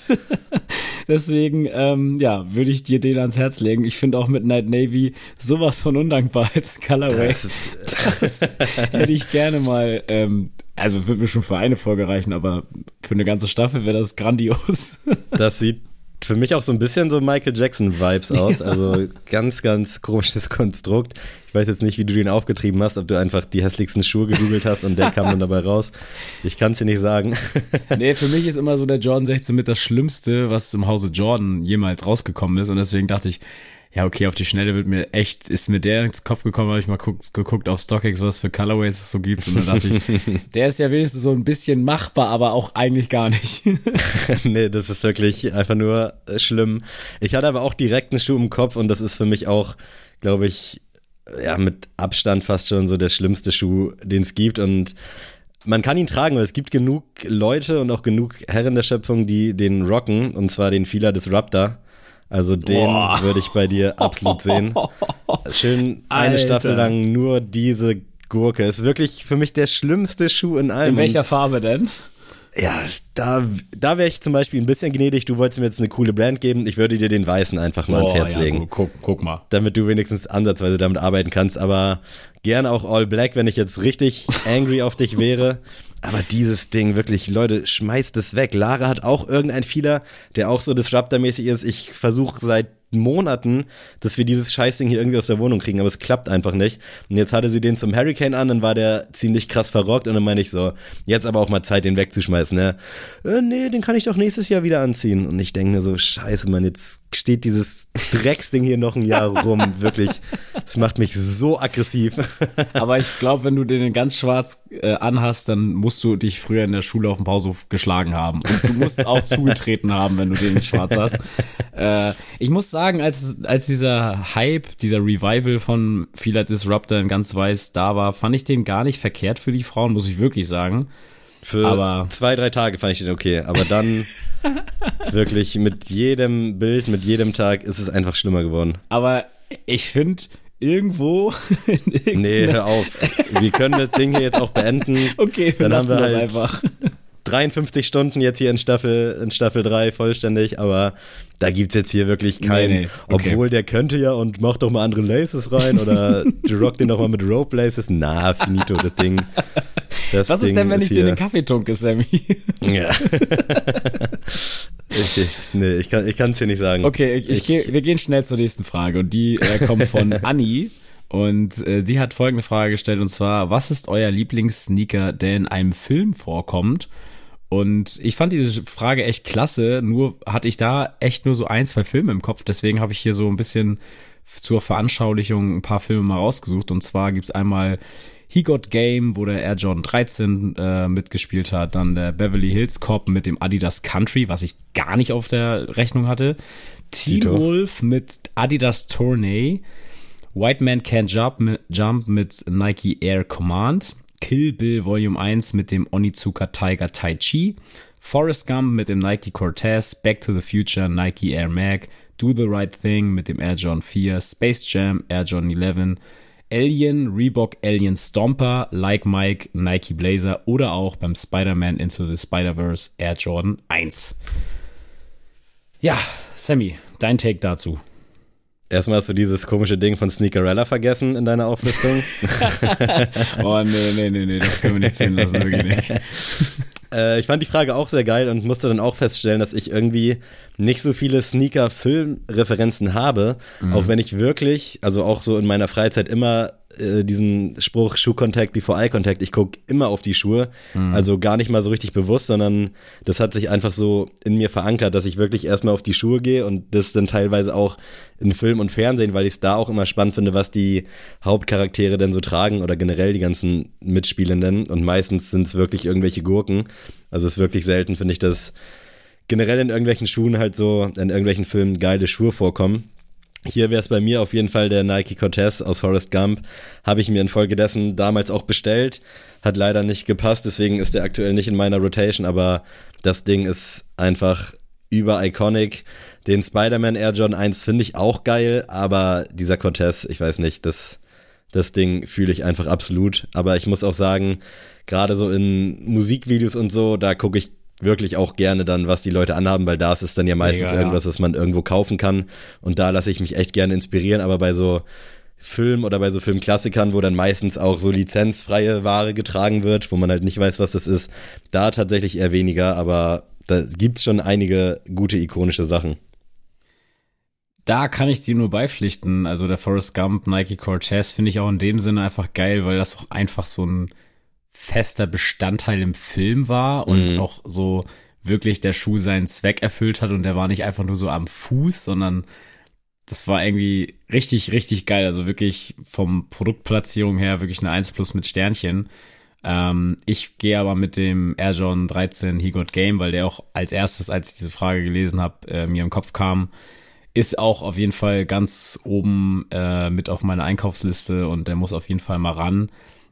deswegen, ähm, ja, würde ich dir den ans Herz legen. Ich finde auch Midnight Navy sowas von undankbar als Colorway. Das, das hätte ich gerne mal, ähm, also würde mir schon für eine Folge reichen, aber für eine ganze Staffel wäre das grandios. Das sieht für mich auch so ein bisschen so Michael Jackson-Vibes aus, ja. Also ganz, ganz komisches Konstrukt. Ich weiß jetzt nicht, wie du den aufgetrieben hast, ob du einfach die hässlichsten Schuhe gegoogelt hast und der kam dann dabei raus. Ich kann es dir nicht sagen. Nee, für mich ist immer so der Jordan sechzehn mit das Schlimmste, was im Hause Jordan jemals rausgekommen ist und deswegen dachte ich, ja, okay, auf die Schnelle wird mir echt, ist mir der ins Kopf gekommen, habe ich mal guckt, geguckt auf StockX, was für Colorways es so gibt. Und dann dachte ich, der ist ja wenigstens so ein bisschen machbar, aber auch eigentlich gar nicht. Nee, das ist wirklich einfach nur schlimm. Ich hatte aber auch direkt einen Schuh im Kopf und das ist für mich auch, glaube ich, ja, mit Abstand fast schon so der schlimmste Schuh, den es gibt. Und man kann ihn tragen, weil es gibt genug Leute und auch genug Herren der Schöpfung, die den rocken, und zwar den Fila Disruptor. Also den Boah. würde ich bei dir absolut sehen. Schön eine Alter. Staffel lang nur diese Gurke. Es ist wirklich für mich der schlimmste Schuh in allem. In welcher Farbe denn? Ja, da, da wäre ich zum Beispiel ein bisschen gnädig. Du wolltest mir jetzt eine coole Brand geben. Ich würde dir den weißen einfach mal oh, ans Herz ja, legen. Guck, guck mal. Damit du wenigstens ansatzweise damit arbeiten kannst. Aber gerne auch All Black, wenn ich jetzt richtig angry auf dich wäre. Aber dieses Ding, wirklich, Leute, schmeißt es weg. Lara hat auch irgendein Fila, der auch so Disruptor-mäßig ist. Ich versuche seit Monaten, dass wir dieses Scheißding hier irgendwie aus der Wohnung kriegen, aber es klappt einfach nicht. Und jetzt hatte sie den zum Hurricane an, dann war der ziemlich krass verrockt und dann meine ich so, jetzt aber auch mal Zeit, den wegzuschmeißen, ne? Äh, nee, den kann ich doch nächstes Jahr wieder anziehen. Und ich denke mir so, scheiße, Mann, jetzt steht dieses Drecksding hier noch ein Jahr rum, wirklich. Das macht mich so aggressiv. Aber ich glaube, wenn du den ganz schwarz äh, anhast, dann musst du dich früher in der Schule auf dem Pausehof geschlagen haben. Und du musst auch zugetreten haben, wenn du den schwarz hast. Äh, ich muss sagen, als, als dieser Hype, dieser Revival von Fila Disruptor in ganz weiß da war, fand ich den gar nicht verkehrt für die Frauen, muss ich wirklich sagen. Für aber zwei, drei Tage fand ich den okay, aber dann wirklich mit jedem Bild, mit jedem Tag ist es einfach schlimmer geworden. Aber ich finde, irgendwo nee, hör auf. Wir können das Ding hier jetzt auch beenden. Okay, wir dann lassen haben wir das halt einfach. dreiundfünfzig Stunden jetzt hier in Staffel in Staffel drei vollständig, aber da gibt's jetzt hier wirklich keinen, nee, nee. Okay. Obwohl der könnte ja und mach doch mal andere Laces rein oder rock den doch mal mit Rope Laces. Na, finito, das Ding. Das Was Ding ist denn, wenn ist ich dir den Kaffee tunke, Sammy? Ja. ich, nee, ich kann ich kann's dir nicht sagen. Okay, ich, ich, ich geh, wir gehen schnell zur nächsten Frage und die äh, kommt von Anni. Und äh, die hat folgende Frage gestellt, und zwar, was ist euer Lieblingssneaker, der in einem Film vorkommt? Und ich fand diese Frage echt klasse, nur hatte ich da echt nur so ein, zwei Filme im Kopf, deswegen habe ich hier so ein bisschen zur Veranschaulichung ein paar Filme mal rausgesucht. Und zwar gibt's einmal He Got Game, wo der Air Jordan dreizehn äh, mitgespielt hat, dann der Beverly Hills Cop mit dem Adidas Country, was ich gar nicht auf der Rechnung hatte, Teen Wolf mit Adidas Tourney, White Man Can't Jump mit, Jump mit Nike Air Command, Kill Bill Volume eins mit dem Onizuka Tiger Tai Chi, Forrest Gump mit dem Nike Cortez, Back to the Future Nike Air Mag, Do the Right Thing mit dem Air Jordan vier, Space Jam Air Jordan elf, Alien Reebok Alien Stomper, Like Mike Nike Blazer oder auch beim Spider-Man Into the Spider-Verse Air Jordan eins. Ja, Sammy, dein Take dazu. Erstmal hast du dieses komische Ding von Sneakerella vergessen in deiner Auflistung. Oh, nee, nee, nee, nee, das können wir nicht sehen lassen, wirklich nicht. Äh, ich fand die Frage auch sehr geil und musste dann auch feststellen, dass ich irgendwie nicht so viele Sneaker-Film-Referenzen habe, mhm. auch wenn ich wirklich, also auch so in meiner Freizeit immer äh, diesen Spruch Shoe Contact before Eye Contact, ich gucke immer auf die Schuhe, mhm. also gar nicht mal so richtig bewusst, sondern das hat sich einfach so in mir verankert, dass ich wirklich erstmal auf die Schuhe gehe und das dann teilweise auch in Film und Fernsehen, weil ich es da auch immer spannend finde, was die Hauptcharaktere denn so tragen oder generell die ganzen Mitspielenden und meistens sind es wirklich irgendwelche Gurken, also es ist wirklich selten, finde ich, dass generell in irgendwelchen Schuhen halt so, in irgendwelchen Filmen geile Schuhe vorkommen. Hier wäre es bei mir auf jeden Fall der Nike Cortez aus Forrest Gump. Habe ich mir infolgedessen damals auch bestellt. Hat leider nicht gepasst, deswegen ist der aktuell nicht in meiner Rotation, aber das Ding ist einfach über-iconic. Den Spider-Man Air Jordan eins finde ich auch geil, aber dieser Cortez, ich weiß nicht, das, das Ding fühle ich einfach absolut. Aber ich muss auch sagen, gerade so in Musikvideos und so, da gucke ich wirklich auch gerne dann, was die Leute anhaben, weil da ist es dann ja meistens Mega, irgendwas, ja. was man irgendwo kaufen kann und da lasse ich mich echt gerne inspirieren, aber bei so Film oder bei so Filmklassikern, wo dann meistens auch so lizenzfreie Ware getragen wird, wo man halt nicht weiß, was das ist, da tatsächlich eher weniger, aber da gibt's schon einige gute ikonische Sachen. Da kann ich dir nur beipflichten, also der Forrest Gump, Nike Cortez finde ich auch in dem Sinne einfach geil, weil das auch einfach so ein fester Bestandteil im Film war und mhm. auch so wirklich der Schuh seinen Zweck erfüllt hat und der war nicht einfach nur so am Fuß, sondern das war irgendwie richtig, richtig geil. Also wirklich vom Produktplatzierung her wirklich eine eins plus mit Sternchen. Ähm, ich gehe aber mit dem Air Jordan dreizehn He Got Game, weil der auch als erstes, als ich diese Frage gelesen habe, äh, mir im Kopf kam, ist auch auf jeden Fall ganz oben äh, mit auf meiner Einkaufsliste und der muss auf jeden Fall mal ran.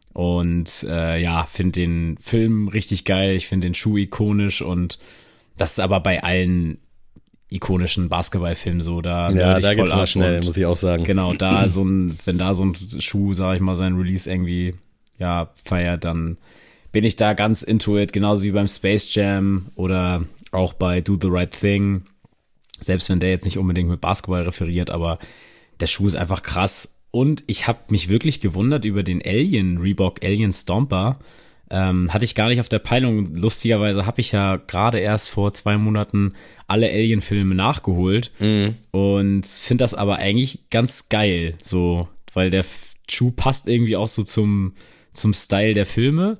Und äh, ja, finde den Film richtig geil, ich finde den Schuh ikonisch und das ist aber bei allen ikonischen Basketballfilmen so. Da ja, da geht's mal schnell, muss ich auch sagen. Genau, da so ein, wenn da so ein Schuh, sag ich mal, sein Release irgendwie ja feiert, dann bin ich da ganz into it, genauso wie beim Space Jam oder auch bei Do the Right Thing. Selbst wenn der jetzt nicht unbedingt mit Basketball referiert, aber der Schuh ist einfach krass. Und ich habe mich wirklich gewundert über den Alien, Reebok Alien Stomper. Ähm, hatte ich gar nicht auf der Peilung. Lustigerweise habe ich ja gerade erst vor zwei Monaten alle Alien-Filme nachgeholt. Mhm. Und finde das aber eigentlich ganz geil, so, weil der Schuh passt irgendwie auch so zum, zum Style der Filme.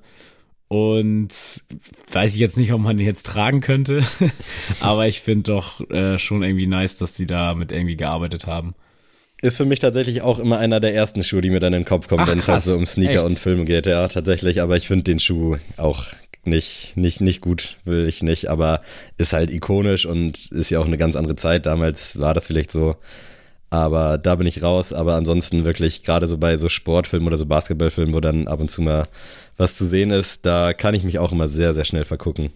Und weiß ich jetzt nicht, ob man den jetzt tragen könnte. Aber ich finde doch äh, schon irgendwie nice, dass die da mit irgendwie gearbeitet haben. Ist für mich tatsächlich auch immer einer der ersten Schuhe, die mir dann in den Kopf kommen, wenn es halt so um Sneaker Echt? und Filme geht. Ja, tatsächlich, aber ich finde den Schuh auch nicht, nicht, nicht gut, will ich nicht, aber ist halt ikonisch und ist ja auch eine ganz andere Zeit. Damals war das vielleicht so, aber da bin ich raus. Aber ansonsten wirklich, gerade so bei so Sportfilmen oder so Basketballfilmen, wo dann ab und zu mal was zu sehen ist, da kann ich mich auch immer sehr, sehr schnell vergucken.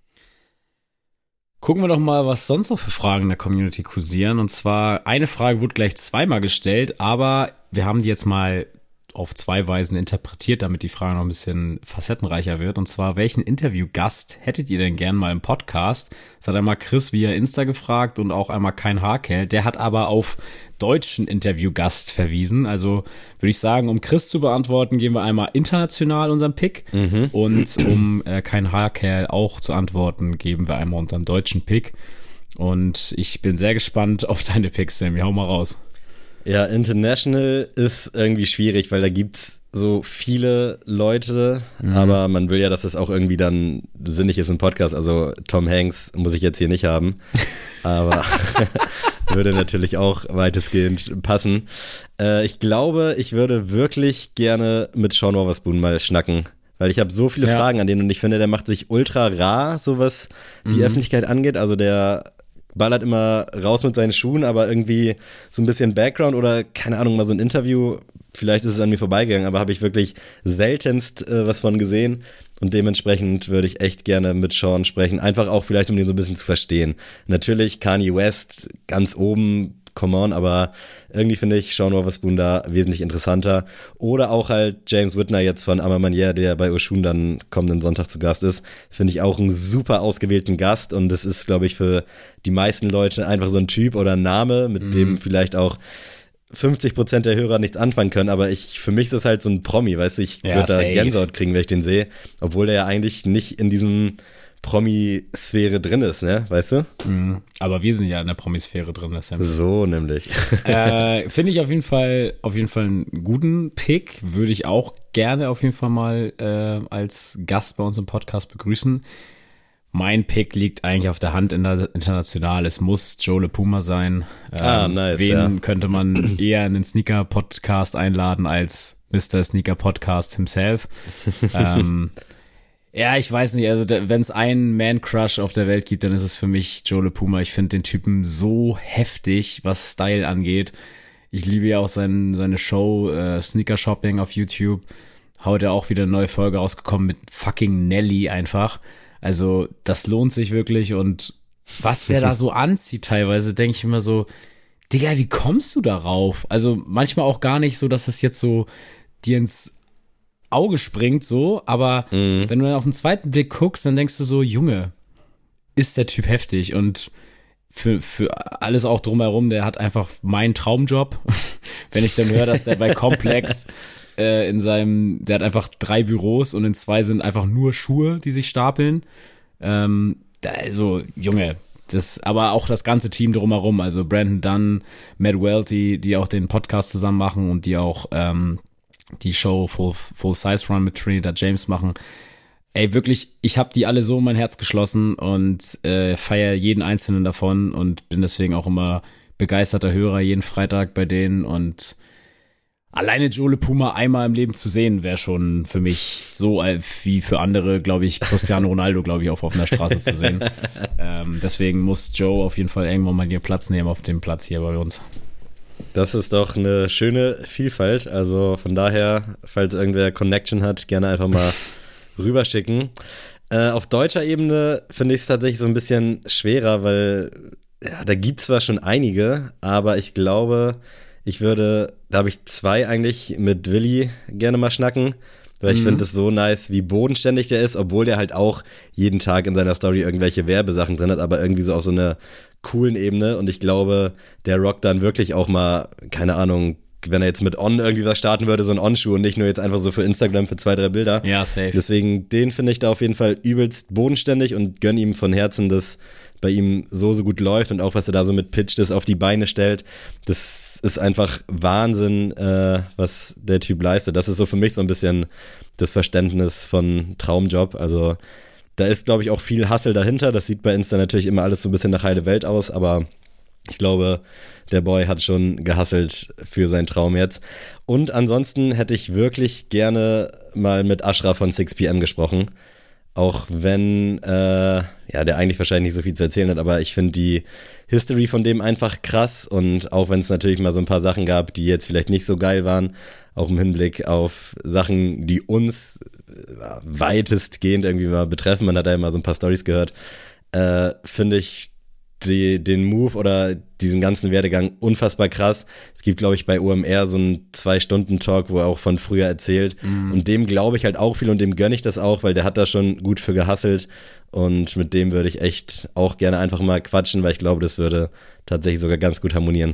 Gucken wir doch mal, was sonst noch für Fragen in der Community kursieren. Und zwar, eine Frage wurde gleich zweimal gestellt, aber wir haben die jetzt mal auf zwei Weisen interpretiert, damit die Frage noch ein bisschen facettenreicher wird. Und zwar, welchen Interviewgast hättet ihr denn gern mal im Podcast? Das hat einmal Chris via Insta gefragt und auch einmal kein Haarkerl. Der hat aber auf deutschen Interviewgast verwiesen. Also würde ich sagen, um Chris zu beantworten, gehen wir einmal international unseren Pick. Mhm. Und um äh, kein Haarkerl auch zu antworten, geben wir einmal unseren deutschen Pick. Und ich bin sehr gespannt auf deine Picks, Sammy. Hau mal raus. Ja, International ist irgendwie schwierig, weil da gibt's so viele Leute, mhm. aber man will ja, dass es auch irgendwie dann sinnig ist im Podcast. Also Tom Hanks muss ich jetzt hier nicht haben, aber würde natürlich auch weitestgehend passen. Äh, ich glaube, ich würde wirklich gerne mit Sean Wotherspoon mal schnacken, weil ich habe so viele ja. Fragen an den und ich finde, der macht sich ultra rar, so was die mhm. Öffentlichkeit angeht. Also der ballert immer raus mit seinen Schuhen, aber irgendwie so ein bisschen Background oder, keine Ahnung, mal so ein Interview, vielleicht ist es an mir vorbeigegangen, aber habe ich wirklich seltenst äh, was von gesehen und dementsprechend würde ich echt gerne mit Sean sprechen, einfach auch vielleicht, um den so ein bisschen zu verstehen. Natürlich Kanye West ganz oben, come on, aber irgendwie finde ich Sean Wotherspoon da wesentlich interessanter. Oder auch halt James Whitner jetzt von Ama Manière, der bei Oshun dann kommenden Sonntag zu Gast ist, finde ich auch einen super ausgewählten Gast und das ist, glaube ich, für die meisten Leute einfach so ein Typ oder ein Name, mit mhm. dem vielleicht auch fünfzig Prozent der Hörer nichts anfangen können, aber ich, für mich ist es halt so ein Promi, weißt du, ich ja, würde da Gänsehaut kriegen, wenn ich den sehe, obwohl der ja eigentlich nicht in diesem Promisphäre drin ist, ne, weißt du? Mhm. Aber wir sind ja in der Promisphäre drin. Das ist ja so nämlich. Äh, finde ich auf jeden Fall, auf jeden Fall einen guten Pick. Würde ich auch gerne auf jeden Fall mal äh, als Gast bei uns im Podcast begrüßen. Mein Pick liegt eigentlich auf der Hand international. Es muss Joe LePuma sein. Ähm, ah, nice. Wen ja. könnte man eher in den Sneaker-Podcast einladen als Mister Sneaker Podcast himself? ähm, Ja, ich weiß nicht, also wenn es einen Man-Crush auf der Welt gibt, dann ist es für mich Joe LePuma. Ich finde den Typen so heftig, was Style angeht. Ich liebe ja auch sein, seine Show äh, Sneaker Shopping auf YouTube. Heute auch wieder eine neue Folge rausgekommen mit fucking Nelly einfach. Also das lohnt sich wirklich und was der da so anzieht teilweise, denke ich immer so, Digga, wie kommst du darauf? Also manchmal auch gar nicht so, dass das jetzt so dir ins Auge springt so, aber mhm. wenn du dann auf den zweiten Blick guckst, dann denkst du so, Junge, ist der Typ heftig und für, für alles auch drumherum, der hat einfach meinen Traumjob. Wenn ich dann höre, dass der bei Complex äh, in seinem, der hat einfach drei Büros und in zwei sind einfach nur Schuhe, die sich stapeln. Ähm, da, also, Junge, das, aber auch das ganze Team drumherum, also Brandon Dunn, Matt Welty, die auch den Podcast zusammen machen und die auch ähm, die Show Full, Full Size Run mit Trinidad James machen. Ey, wirklich, ich habe die alle so in mein Herz geschlossen und äh, feiere jeden einzelnen davon und bin deswegen auch immer begeisterter Hörer jeden Freitag bei denen und alleine Joe LePuma einmal im Leben zu sehen, wäre schon für mich so äh, wie für andere, glaube ich, Cristiano Ronaldo, glaube ich, auf offener Straße zu sehen. Ähm, deswegen muss Joe auf jeden Fall irgendwann mal hier Platz nehmen auf dem Platz hier bei uns. Das ist doch eine schöne Vielfalt. Also von daher, falls irgendwer Connection hat, gerne einfach mal rüberschicken. Äh, auf deutscher Ebene finde ich es tatsächlich so ein bisschen schwerer, weil ja, da gibt es zwar schon einige, aber ich glaube, ich würde, da habe ich zwei eigentlich mit Willi gerne mal schnacken, weil ich mhm. finde es so nice, wie bodenständig der ist, obwohl der halt auch jeden Tag in seiner Story irgendwelche Werbesachen drin hat, aber irgendwie so auf so einer coolen Ebene und ich glaube, der rockt dann wirklich auch mal, keine Ahnung, wenn er jetzt mit On irgendwie was starten würde, so ein On-Schuh und nicht nur jetzt einfach so für Instagram für zwei, drei Bilder. Ja, safe. Deswegen, den finde ich da auf jeden Fall übelst bodenständig und gönn ihm von Herzen, dass bei ihm so, so gut läuft und auch, was er da so mit Pitches auf die Beine stellt, das ist einfach Wahnsinn, äh, was der Typ leistet. Das ist so für mich so ein bisschen das Verständnis von Traumjob, also da ist, glaube ich, auch viel Hustle dahinter. Das sieht bei Insta natürlich immer alles so ein bisschen nach heile Welt aus, aber ich glaube, der Boy hat schon gehustelt für seinen Traum jetzt. Und ansonsten hätte ich wirklich gerne mal mit Ashraf von six P M gesprochen. Auch wenn, äh, ja, der eigentlich wahrscheinlich nicht so viel zu erzählen hat, aber ich finde die History von dem einfach krass und auch wenn es natürlich mal so ein paar Sachen gab, die jetzt vielleicht nicht so geil waren, auch im Hinblick auf Sachen, die uns weitestgehend irgendwie mal betreffen, man hat da immer so ein paar Storys gehört, äh, finde ich die, den Move oder diesen ganzen Werdegang unfassbar krass. Es gibt, glaube ich, bei O M R so einen Zwei-Stunden-Talk, wo er auch von früher erzählt mhm. und dem glaube ich halt auch viel und dem gönne ich das auch, weil der hat da schon gut für gehustelt und mit dem würde ich echt auch gerne einfach mal quatschen, weil ich glaube, das würde tatsächlich sogar ganz gut harmonieren.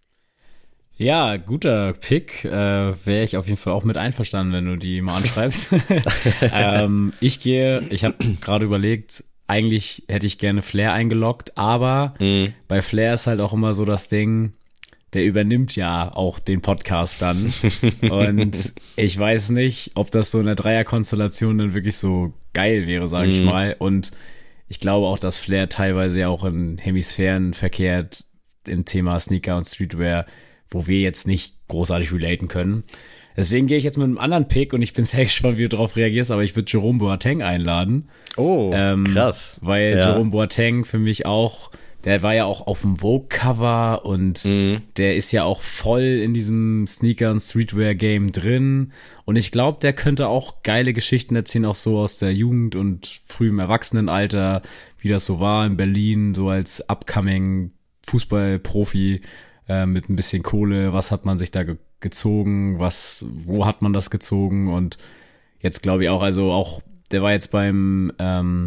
Ja, guter Pick. Äh, wäre ich auf jeden Fall auch mit einverstanden, wenn du die mal anschreibst. ähm, ich gehe, ich habe gerade überlegt, eigentlich hätte ich gerne Flair eingeloggt, aber mhm. bei Flair ist halt auch immer so das Ding, der übernimmt ja auch den Podcast dann. Und ich weiß nicht, ob das so in der Dreierkonstellation dann wirklich so geil wäre, sage mhm. ich mal. Und ich glaube auch, dass Flair teilweise ja auch in Hemisphären verkehrt im Thema Sneaker und Streetwear, wo wir jetzt nicht großartig relaten können. Deswegen gehe ich jetzt mit einem anderen Pick und ich bin sehr gespannt, wie du darauf reagierst, aber ich würde Jerome Boateng einladen. Oh, ähm, krass. Weil ja. Jerome Boateng für mich auch der war ja auch auf dem Vogue-Cover und mhm. der ist ja auch voll in diesem Sneaker- und Streetwear-Game drin. Und ich glaube, der könnte auch geile Geschichten erzählen, auch so aus der Jugend und frühem Erwachsenenalter, wie das so war in Berlin, so als upcoming Fußballprofi äh, mit ein bisschen Kohle. Was hat man sich da ge- gezogen? Was, wo hat man das gezogen? Und jetzt glaube ich auch, also auch, der war jetzt beim, ähm,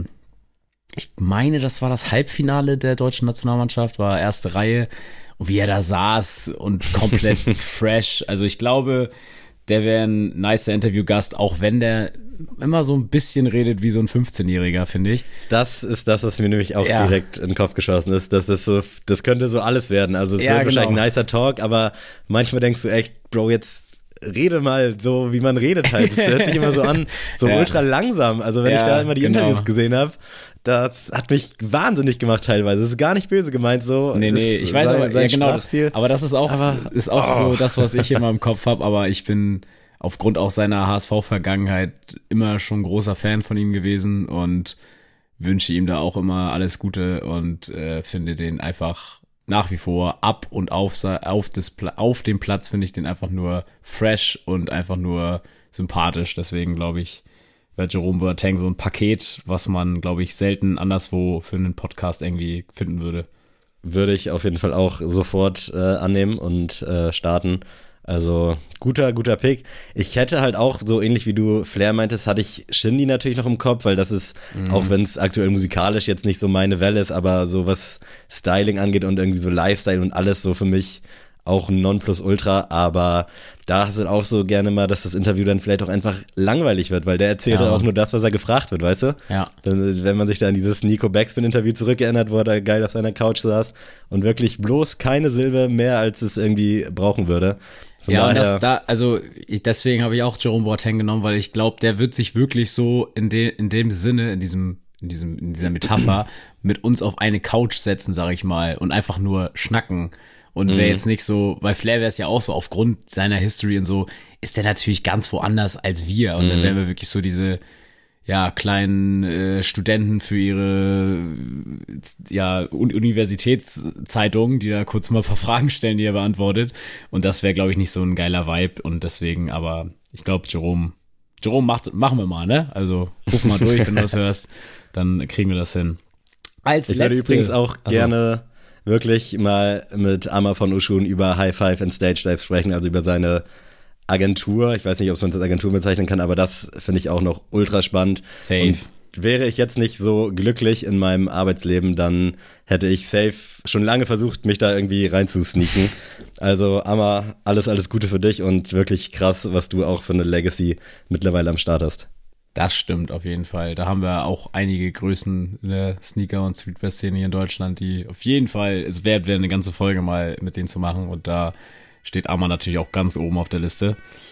ich meine, das war das Halbfinale der deutschen Nationalmannschaft, war erste Reihe. Und wie er da saß und komplett fresh. Also ich glaube, der wäre ein nicer Interviewgast, auch wenn der immer so ein bisschen redet wie so ein fünfzehnjähriger, finde ich. Das ist das, was mir nämlich auch ja. direkt in den Kopf geschossen ist. Das ist so, das könnte so alles werden. Also es ja, wird genau. wahrscheinlich ein nicer Talk, aber manchmal denkst du echt, Bro, jetzt rede mal so, wie man redet halt. Das hört sich immer so an, so ja. ultra langsam. Also wenn ja, ich da immer die genau. Interviews gesehen habe, das hat mich wahnsinnig gemacht teilweise. Das ist gar nicht böse gemeint so. Nee, nee, ich weiß sein, aber, ja, genau, das, aber das ist auch, aber, ist auch oh. so das, was ich immer im Kopf habe, aber ich bin aufgrund auch seiner H S V-Vergangenheit immer schon großer Fan von ihm gewesen und wünsche ihm da auch immer alles Gute und äh, finde den einfach nach wie vor ab und auf, auf, das, auf dem Platz finde ich den einfach nur fresh und einfach nur sympathisch. Deswegen glaube ich, wäre Jerome Boateng so ein Paket, was man, glaube ich, selten anderswo für einen Podcast irgendwie finden würde. Würde ich auf jeden Fall auch sofort äh, annehmen und äh, starten. Also guter, guter Pick. Ich hätte halt auch, so ähnlich wie du Flair meintest, hatte ich Shindy natürlich noch im Kopf, weil das ist, mhm. auch wenn es aktuell musikalisch jetzt nicht so meine Welle ist, aber so was Styling angeht und irgendwie so Lifestyle und alles so für mich auch ein Nonplusultra, aber da hast du auch so gerne mal, dass das Interview dann vielleicht auch einfach langweilig wird, weil der erzählt ja auch nur das, was er gefragt wird, weißt du? Ja. Dann, wenn man sich da an dieses Nico Backspin-Interview zurückerinnert, wo er da geil auf seiner Couch saß und wirklich bloß keine Silbe mehr, als es irgendwie brauchen würde. Von ja, daher, und das da, also ich, deswegen habe ich auch Jerome Boateng genommen, weil ich glaube, der wird sich wirklich so in, de, in dem Sinne, in diesem, in diesem, in dieser Metapher mit uns auf eine Couch setzen, sage ich mal, und einfach nur schnacken. Und wäre mhm. jetzt nicht so, weil Flair wäre es ja auch so, aufgrund seiner History und so, ist der natürlich ganz woanders als wir. Und mhm. dann wären wir wirklich so diese, ja, kleinen äh, Studenten für ihre ja Universitätszeitungen, die da kurz mal ein paar Fragen stellen, die er beantwortet. Und das wäre, glaube ich, nicht so ein geiler Vibe. Und deswegen, aber ich glaube, Jerome, Jerome macht, machen wir mal, ne? Also ruf mal durch, wenn du das hörst, dann kriegen wir das hin. Als ich letzte, würde übrigens auch also, gerne wirklich mal mit Amar von Oshun über High Five and Stage Dives sprechen, also über seine Agentur. Ich weiß nicht, ob man das als Agentur bezeichnen kann, aber das finde ich auch noch ultra spannend. Safe. Und wäre ich jetzt nicht so glücklich in meinem Arbeitsleben, dann hätte ich safe schon lange versucht, mich da irgendwie reinzusneaken. Also Amar, alles, alles Gute für dich und wirklich krass, was du auch für eine Legacy mittlerweile am Start hast. Das stimmt auf jeden Fall. Da haben wir auch einige Größen in der Sneaker- und Streetwear-Szene hier in Deutschland, die auf jeden Fall, es wert wäre, eine ganze Folge mal mit denen zu machen. Und da steht Amar natürlich auch ganz oben auf der Liste.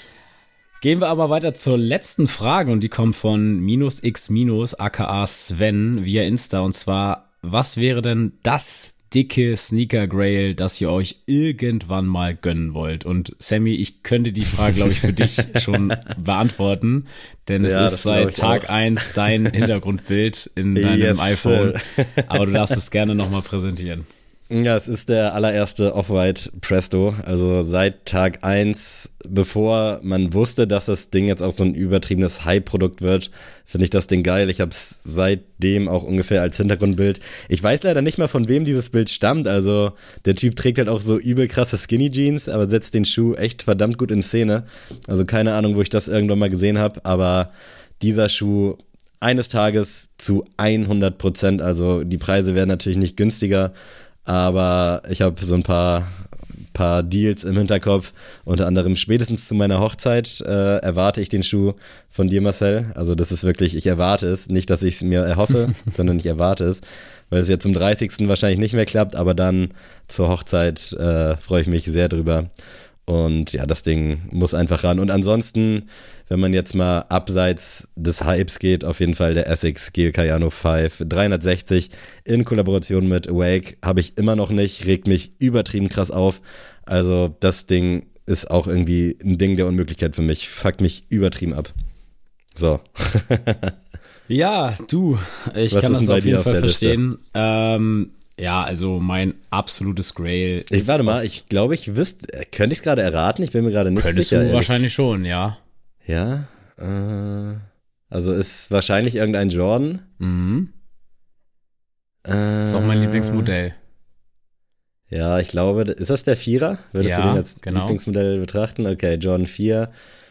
Gehen wir aber weiter zur letzten Frage und die kommt von minus x minus, aka Sven, via Insta. Und zwar, was wäre denn das dicke Sneaker-Grail, das ihr euch irgendwann mal gönnen wollt? Und Sammy, ich könnte die Frage, glaube ich, für dich schon beantworten, denn es ja, ist seit Tag eins dein Hintergrundbild in deinem yes, iPhone, aber du darfst es gerne nochmal präsentieren. Ja, es ist der allererste Off-White Presto, also seit Tag eins, bevor man wusste, dass das Ding jetzt auch so ein übertriebenes Hype-Produkt wird, finde ich das Ding geil. Ich habe es seitdem auch ungefähr als Hintergrundbild. Ich weiß leider nicht mal, von wem dieses Bild stammt, also der Typ trägt halt auch so übel krasse Skinny Jeans, aber setzt den Schuh echt verdammt gut in Szene. Also keine Ahnung, wo ich das irgendwann mal gesehen habe, aber dieser Schuh eines Tages zu hundert Prozent, also die Preise werden natürlich nicht günstiger, aber ich habe so ein paar, paar Deals im Hinterkopf, unter anderem spätestens zu meiner Hochzeit äh, erwarte ich den Schuh von dir, Marcel. Also das ist wirklich, ich erwarte es, nicht, dass ich es mir erhoffe, sondern ich erwarte es, weil es ja zum dreißigsten wahrscheinlich nicht mehr klappt, aber dann zur Hochzeit äh, freue ich mich sehr drüber. Und ja, das Ding muss einfach ran. Und ansonsten, wenn man jetzt mal abseits des Hypes geht, auf jeden Fall der Essex Gel Cayano fünf dreihundertsechzig in Kollaboration mit Awake, habe ich immer noch nicht, regt mich übertrieben krass auf. Also das Ding ist auch irgendwie ein Ding der Unmöglichkeit für mich, fuckt mich übertrieben ab. So. Ja, du, ich Was kann das auf jeden auf Fall verstehen. Ähm, Ja, also mein absolutes Grail. Ich warte mal, ich glaube, ich wüsste, könnte ich es gerade erraten? Ich bin mir gerade nicht könntest sicher. Könntest du ehrlich. wahrscheinlich schon, ja. Ja, äh, also ist wahrscheinlich irgendein Jordan. Mhm. Äh, Ist auch mein Lieblingsmodell. Ja, ich glaube, ist das der Vierer? Würdest Ja, du den als genau. Lieblingsmodell betrachten? Okay, Jordan vier.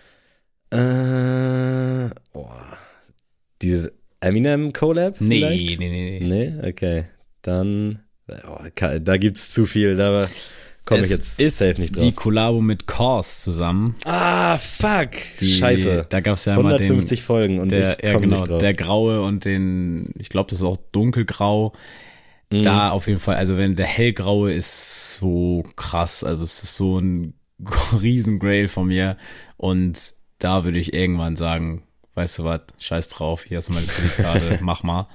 Äh, oh. Dieses Eminem Collab Nee, vielleicht? nee, nee, nee. Nee, okay. Dann, oh, da gibt's zu viel, da komme ich jetzt ist safe nicht drauf. die Kollabo mit Kors zusammen. Ah, fuck. Die, Scheiße. Da gab es ja mal den, hundertfünfzig Folgen und der, ich ja, komme genau, nicht drauf. der graue und den, ich glaube, das ist auch dunkelgrau. Mhm. Da auf jeden Fall, also wenn der hellgraue ist so krass, also es ist so ein riesen Grail von mir und da würde ich irgendwann sagen, weißt du was, scheiß drauf, hier hast du meine Kreditkarte, mach mal.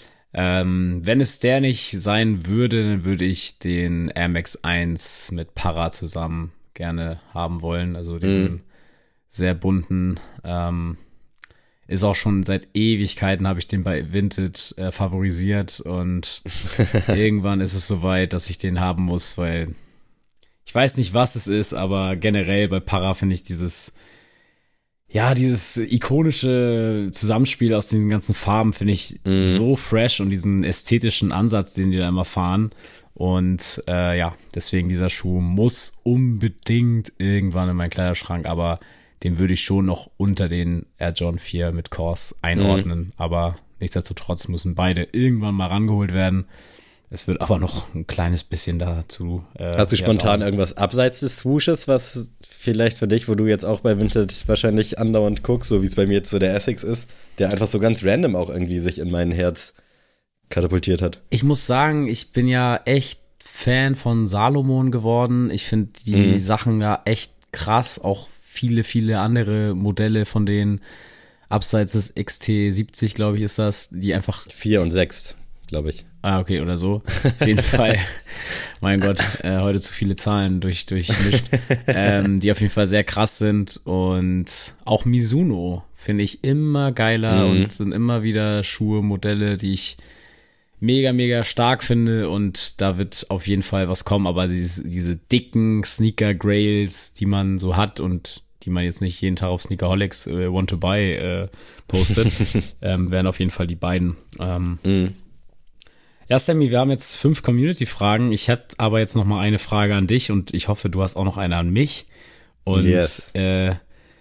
Ähm, wenn es der nicht sein würde, dann würde ich den Air Max eins mit Para zusammen gerne haben wollen, also diesen Mhm. sehr bunten, ähm, ist auch schon seit Ewigkeiten habe ich den bei Vinted äh, favorisiert und irgendwann ist es soweit, dass ich den haben muss, weil ich weiß nicht, was es ist, aber generell bei Para finde ich dieses, ja, dieses ikonische Zusammenspiel aus den ganzen Farben finde ich Mhm. so fresh und diesen ästhetischen Ansatz, den die da immer fahren. Und äh, ja, deswegen dieser Schuh muss unbedingt irgendwann in meinen Kleiderschrank, aber den würde ich schon noch unter den Air Jordan vier mit Kors einordnen. Mhm. Aber nichtsdestotrotz müssen beide irgendwann mal rangeholt werden. Es wird aber noch ein kleines bisschen dazu. Äh, Hast du spontan dauern. irgendwas abseits des Swooshes, was vielleicht für dich, wo du jetzt auch bei Vinted wahrscheinlich andauernd guckst, so wie es bei mir jetzt so der Essex ist, der einfach so ganz random auch irgendwie sich in mein Herz katapultiert hat? Ich muss sagen, ich bin ja echt Fan von Salomon geworden. Ich finde die Mhm. Sachen ja echt krass, auch viele, viele andere Modelle von denen, abseits des X T siebzig, glaube ich, ist das, die einfach, Vier und sechs, glaube ich. ah, okay, oder so, auf jeden Fall, mein Gott, äh, heute zu viele Zahlen durch, durchmischt, ähm, die auf jeden Fall sehr krass sind und auch Mizuno finde ich immer geiler Mhm. und sind immer wieder Schuhe, Modelle, die ich mega, mega stark finde und da wird auf jeden Fall was kommen, aber dieses, diese dicken Sneaker-Grails, die man so hat und die man jetzt nicht jeden Tag auf Sneakerholics äh, Want to Buy äh, postet, ähm, wären auf jeden Fall die beiden. Ähm, Mhm. Ja, Sammy, wir haben jetzt fünf Community-Fragen. Ich hätte aber jetzt noch mal eine Frage an dich und ich hoffe, du hast auch noch eine an mich. Und Yes. äh,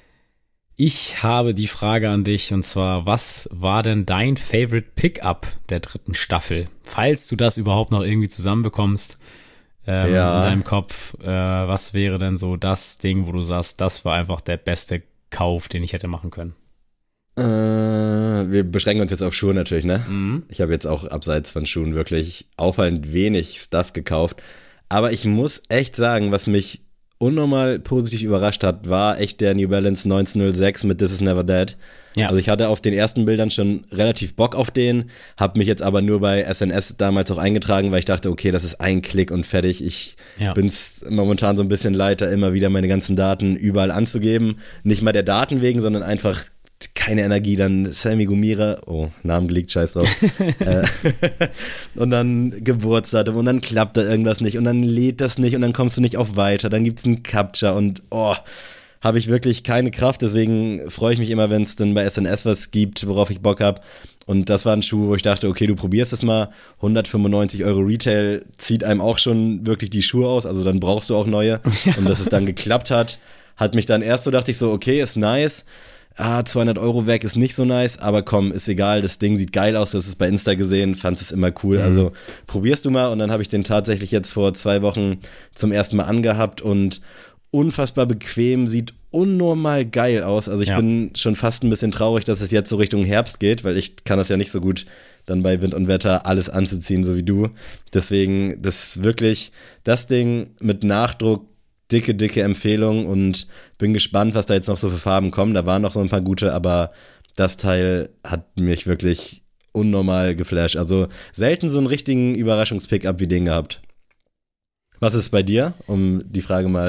ich habe die Frage an dich und zwar, was war denn dein Favorite Pickup der dritten Staffel? Falls du das überhaupt noch irgendwie zusammenbekommst ähm, Ja. in deinem Kopf, äh, was wäre denn so das Ding, wo du sagst, das war einfach der beste Kauf, den ich hätte machen können? Äh, wir beschränken uns jetzt auf Schuhe natürlich, ne? Mhm. Ich habe jetzt auch abseits von Schuhen wirklich auffallend wenig Stuff gekauft. Aber ich muss echt sagen, was mich unnormal positiv überrascht hat, war echt der New Balance neunzehnhundertsechs mit This Is Never Dead. Ja. Also ich hatte auf den ersten Bildern schon relativ Bock auf den, habe mich jetzt aber nur bei S N S damals auch eingetragen, weil ich dachte, okay, das ist ein Klick und fertig. Ich Ja. bin's momentan so ein bisschen leiter, immer wieder meine ganzen Daten überall anzugeben. Nicht mal der Daten wegen, sondern einfach keine Energie, dann Sammy Gumira, oh, Namen geleakt, scheiß drauf. äh, und dann Geburtsdatum und dann klappt da irgendwas nicht und dann lädt das nicht und dann kommst du nicht auf weiter, dann gibt's einen Captcha und oh, habe ich wirklich keine Kraft, deswegen freue ich mich immer, wenn es dann bei S N S was gibt, worauf ich Bock habe. Und das war ein Schuh, wo ich dachte, okay, du probierst es mal, hundertfünfundneunzig Euro Retail zieht einem auch schon wirklich die Schuhe aus, also dann brauchst du auch neue. Und dass es dann geklappt hat, hat mich dann erst so, dachte ich so, okay, ist nice. Ah, zweihundert Euro weg ist nicht so nice, aber komm, ist egal, das Ding sieht geil aus, du hast es bei Insta gesehen, fandest es immer cool, Mhm. also probierst du mal. Und dann habe ich den tatsächlich jetzt vor zwei Wochen zum ersten Mal angehabt und unfassbar bequem, sieht unnormal geil aus, also ich Ja. bin schon fast ein bisschen traurig, dass es jetzt so Richtung Herbst geht, weil ich kann das ja nicht so gut dann bei Wind und Wetter alles anzuziehen, so wie du, deswegen, das ist wirklich das Ding mit Nachdruck, dicke, dicke Empfehlung und bin gespannt, was da jetzt noch so für Farben kommen. Da waren noch so ein paar gute, aber das Teil hat mich wirklich unnormal geflasht. Also selten so einen richtigen Überraschungspick-up wie den gehabt. Was ist bei dir, um die Frage mal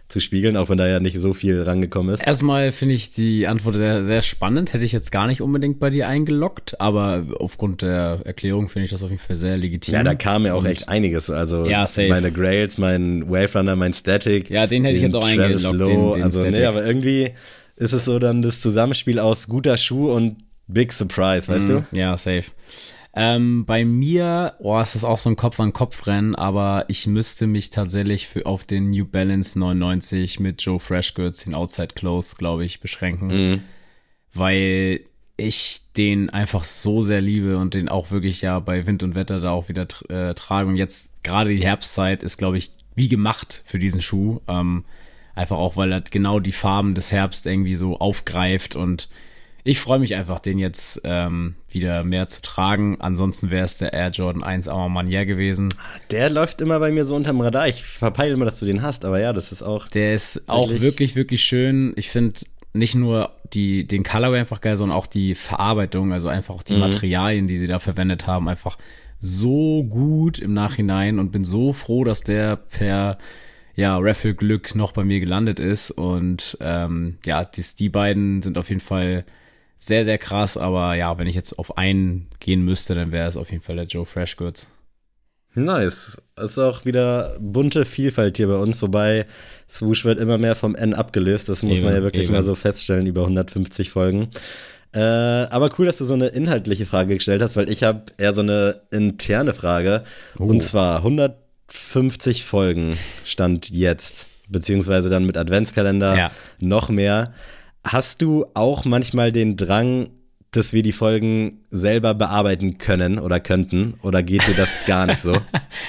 zu spiegeln, auch wenn da ja nicht so viel rangekommen ist? Erstmal finde ich die Antwort sehr, sehr spannend. Hätte ich jetzt gar nicht unbedingt bei dir eingeloggt, aber aufgrund der Erklärung finde ich das auf jeden Fall sehr legitim. Ja, da kam ja auch Und, echt einiges. Also ja, safe. meine Grails, mein Wave Runner, mein Static. Ja, den hätte ich jetzt auch eingeloggt. Den, den also Static. nee, aber irgendwie ist es so dann das Zusammenspiel aus guter Schuh und Big Surprise, weißt mm, du? Ja, safe. Ähm, bei mir, oh, ist das auch so ein Kopf-an-Kopf-Rennen, aber ich müsste mich tatsächlich für auf den New Balance neunundneunzig mit Joe Freshgoods, den Outside Close, glaube ich, beschränken, mm. weil ich den einfach so sehr liebe und den auch wirklich ja bei Wind und Wetter da auch wieder äh, trage. Und jetzt gerade die Herbstzeit ist, glaube ich, wie gemacht für diesen Schuh. Ähm, einfach auch, weil er genau die Farben des Herbst irgendwie so aufgreift und ich freue mich einfach, den jetzt ähm, wieder mehr zu tragen. Ansonsten wäre es der Air Jordan eins Armanier gewesen. Der läuft immer bei mir so unterm Radar. Ich verpeile immer, dass du den hast, aber ja, das ist auch... Der ist wirklich auch wirklich, wirklich schön. Ich finde nicht nur die den Colorway einfach geil, sondern auch die Verarbeitung, also einfach auch die mhm. Materialien, die sie da verwendet haben, einfach so gut im Nachhinein und bin so froh, dass der per... ja, Raffle-Glück noch bei mir gelandet ist und ähm, ja, die, die beiden sind auf jeden Fall sehr, sehr krass, aber ja, wenn ich jetzt auf einen gehen müsste, dann wäre es auf jeden Fall der Joe Freshgoods. Nice. Ist auch wieder bunte Vielfalt hier bei uns, wobei Swoosh wird immer mehr vom N abgelöst, das muss eben, man ja wirklich eben. mal so feststellen, über hundertfünfzig Folgen. Äh, aber cool, dass du so eine inhaltliche Frage gestellt hast, weil ich habe eher so eine interne Frage oh. und zwar hundertfünfzig Folgen stand jetzt, beziehungsweise dann mit Adventskalender ja. noch mehr. Hast du auch manchmal den Drang, dass wir die Folgen selber bearbeiten können oder könnten? Oder geht dir das gar nicht so?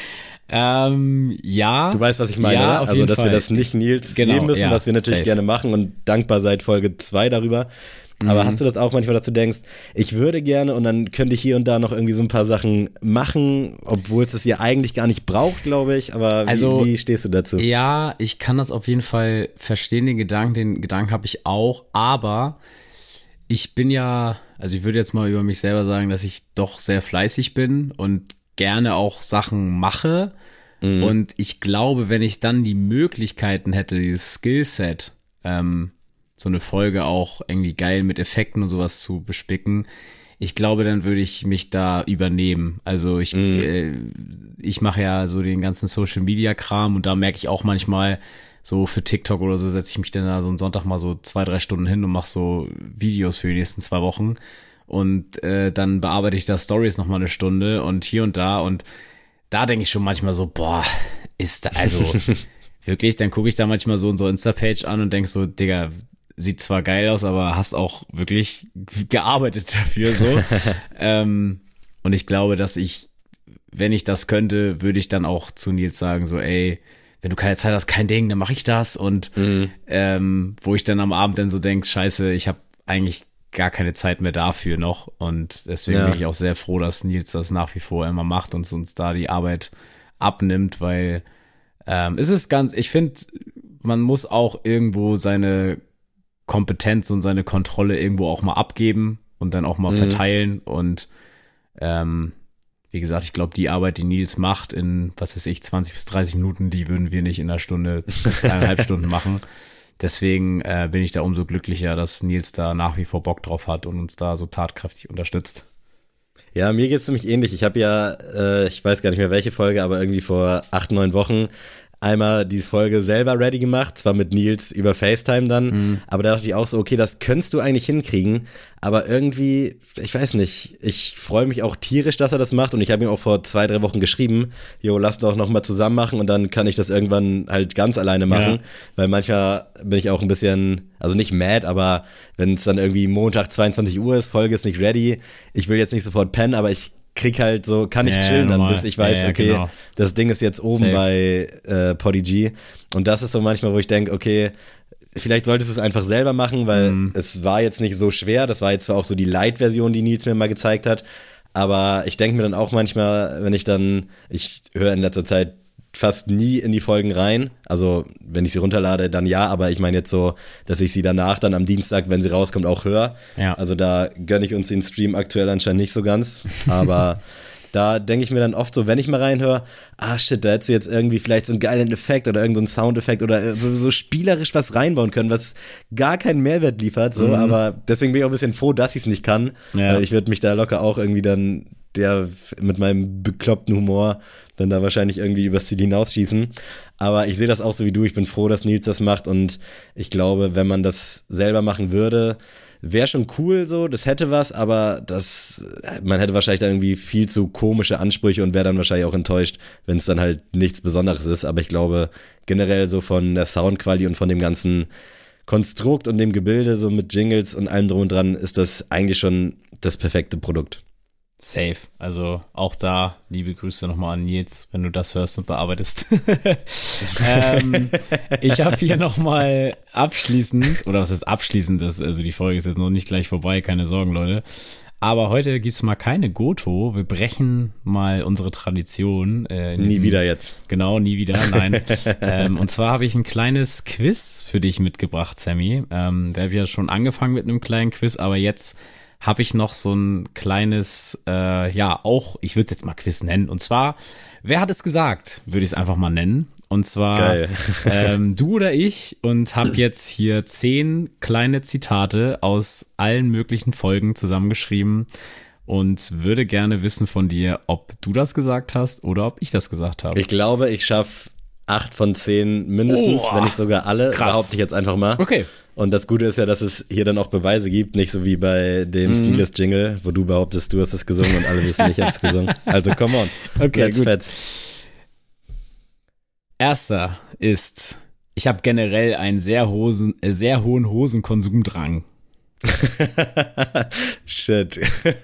ähm, ja. Du weißt, was ich meine, ja, oder? Auf also, jeden dass Fall. wir das nicht Nils genau, geben müssen, ja, was wir natürlich safe. gerne machen und dankbar seit Folge zwei darüber. Aber mhm. hast du das auch manchmal, dass du denkst, ich würde gerne und dann könnte ich hier und da noch irgendwie so ein paar Sachen machen, obwohl es es ja eigentlich gar nicht braucht, glaube ich. Aber wie, also, wie stehst du dazu? Ja, ich kann das auf jeden Fall verstehen, den Gedanken, den Gedanken habe ich auch, aber ich bin ja, also ich würde jetzt mal über mich selber sagen, dass ich doch sehr fleißig bin und gerne auch Sachen mache. Mhm. Und ich glaube, wenn ich dann die Möglichkeiten hätte, dieses Skillset, ähm, so eine Folge auch irgendwie geil mit Effekten und sowas zu bespicken, ich glaube, dann würde ich mich da übernehmen. Also ich, mm. äh, ich mache ja so den ganzen Social-Media-Kram und da merke ich auch manchmal, so für TikTok oder so setze ich mich dann da so einen Sonntag mal so zwei, drei Stunden hin und mache so Videos für die nächsten zwei Wochen und äh, dann bearbeite ich da Stories noch mal eine Stunde und hier und da und da denke ich schon manchmal so, boah, ist da, also wirklich, dann gucke ich da manchmal so unsere Insta-Page an und denke so, Digga, sieht zwar geil aus, aber hast auch wirklich gearbeitet dafür so. ähm, und ich glaube, dass ich, wenn ich das könnte, würde ich dann auch zu Nils sagen, so ey, wenn du keine Zeit hast, kein Ding, dann mache ich das. Und mhm. ähm, wo ich dann am Abend dann so denke, scheiße, ich habe eigentlich gar keine Zeit mehr dafür noch. Und deswegen ja. bin ich auch sehr froh, dass Nils das nach wie vor immer macht und uns da die Arbeit abnimmt, weil ähm, es ist ganz, ich finde, man muss auch irgendwo seine Kompetenz und seine Kontrolle irgendwo auch mal abgeben und dann auch mal mhm. verteilen und ähm, wie gesagt, ich glaube, die Arbeit, die Nils macht in, was weiß ich, zwanzig bis dreißig Minuten, die würden wir nicht in einer Stunde, eineinhalb Stunden machen. Deswegen äh, bin ich da umso glücklicher, dass Nils da nach wie vor Bock drauf hat und uns da so tatkräftig unterstützt. Ja, mir geht's nämlich ähnlich. Ich habe ja, äh, ich weiß gar nicht mehr welche Folge, aber irgendwie vor acht, neun Wochen einmal die Folge selber ready gemacht, zwar mit Nils über FaceTime dann, mhm. aber da dachte ich auch so, okay, das könntest du eigentlich hinkriegen, aber irgendwie, ich weiß nicht, ich freue mich auch tierisch, dass er das macht und ich habe ihm auch vor zwei, drei Wochen geschrieben, jo, lass doch noch mal zusammen machen und dann kann ich das irgendwann halt ganz alleine machen, ja. weil manchmal bin ich auch ein bisschen, also nicht mad, aber wenn es dann irgendwie Montag zweiundzwanzig Uhr ist, Folge ist nicht ready, ich will jetzt nicht sofort pennen, aber ich krieg halt so, kann ich ja, chillen dann, bis ich weiß, ja, ja, okay, genau. das Ding ist jetzt oben Safe. bei äh, Podigy und das ist so manchmal, wo ich denke, okay, vielleicht solltest du es einfach selber machen, weil mm. es war jetzt nicht so schwer, das war jetzt zwar auch so die Light-Version, die Nils mir mal gezeigt hat, aber ich denke mir dann auch manchmal, wenn ich dann, ich höre in letzter Zeit fast nie in die Folgen rein, also wenn ich sie runterlade, dann ja, aber ich meine jetzt so, dass ich sie danach dann am Dienstag, wenn sie rauskommt, auch höre. Ja. Also da gönne ich uns den Stream aktuell anscheinend nicht so ganz, aber da denke ich mir dann oft so, wenn ich mal reinhöre, ah shit, da hättest du jetzt irgendwie vielleicht so einen geilen Effekt oder irgendeinen so Soundeffekt oder so, so spielerisch was reinbauen können, was gar keinen Mehrwert liefert, so, mhm. aber deswegen bin ich auch ein bisschen froh, dass ich es nicht kann, ja. weil ich würde mich da locker auch irgendwie dann, der mit meinem bekloppten Humor dann da wahrscheinlich irgendwie übers Ziel hinausschießen. Aber ich sehe das auch so wie du, ich bin froh, dass Nils das macht und ich glaube, wenn man das selber machen würde, wäre schon cool so, das hätte was, aber das, man hätte wahrscheinlich dann irgendwie viel zu komische Ansprüche und wäre dann wahrscheinlich auch enttäuscht, wenn es dann halt nichts Besonderes ist. Aber ich glaube, generell so von der Soundqualität und von dem ganzen Konstrukt und dem Gebilde, so mit Jingles und allem drum und dran, ist das eigentlich schon das perfekte Produkt. Safe. Also auch da liebe Grüße nochmal an Nils, wenn du das hörst und bearbeitest. ähm, ich habe hier nochmal abschließend, oder was ist abschließend, das, also die Folge ist jetzt noch nicht gleich vorbei, keine Sorgen, Leute. Aber heute gibt's mal keine Goto. Wir brechen mal unsere Tradition. Äh, nie diesem, wieder jetzt. Genau, nie wieder, nein. ähm, und zwar habe ich ein kleines Quiz für dich mitgebracht, Sammy. Ähm, da habe ich ja schon angefangen mit einem kleinen Quiz, aber jetzt habe ich noch so ein kleines, äh, ja, auch, ich würde es jetzt mal Quiz nennen. Und zwar, wer hat es gesagt, würde ich es einfach mal nennen. Und zwar ähm, du oder ich, und habe jetzt hier zehn kleine Zitate aus allen möglichen Folgen zusammengeschrieben und würde gerne wissen von dir, ob du das gesagt hast oder ob ich das gesagt habe. Ich glaube, ich schaffe acht von zehn mindestens, oh, wenn nicht sogar alle, krass. Behaupte ich jetzt einfach mal. Okay. Und das Gute ist ja, dass es hier dann auch Beweise gibt, nicht so wie bei dem mm. Sneelist-Jingle, wo du behauptest, du hast es gesungen und alle wissen, ich habe es gesungen. Also come on, okay, let's gut. fett. Erster ist, ich habe generell einen sehr, Hosen, äh, sehr hohen Hosenkonsumdrang. Shit.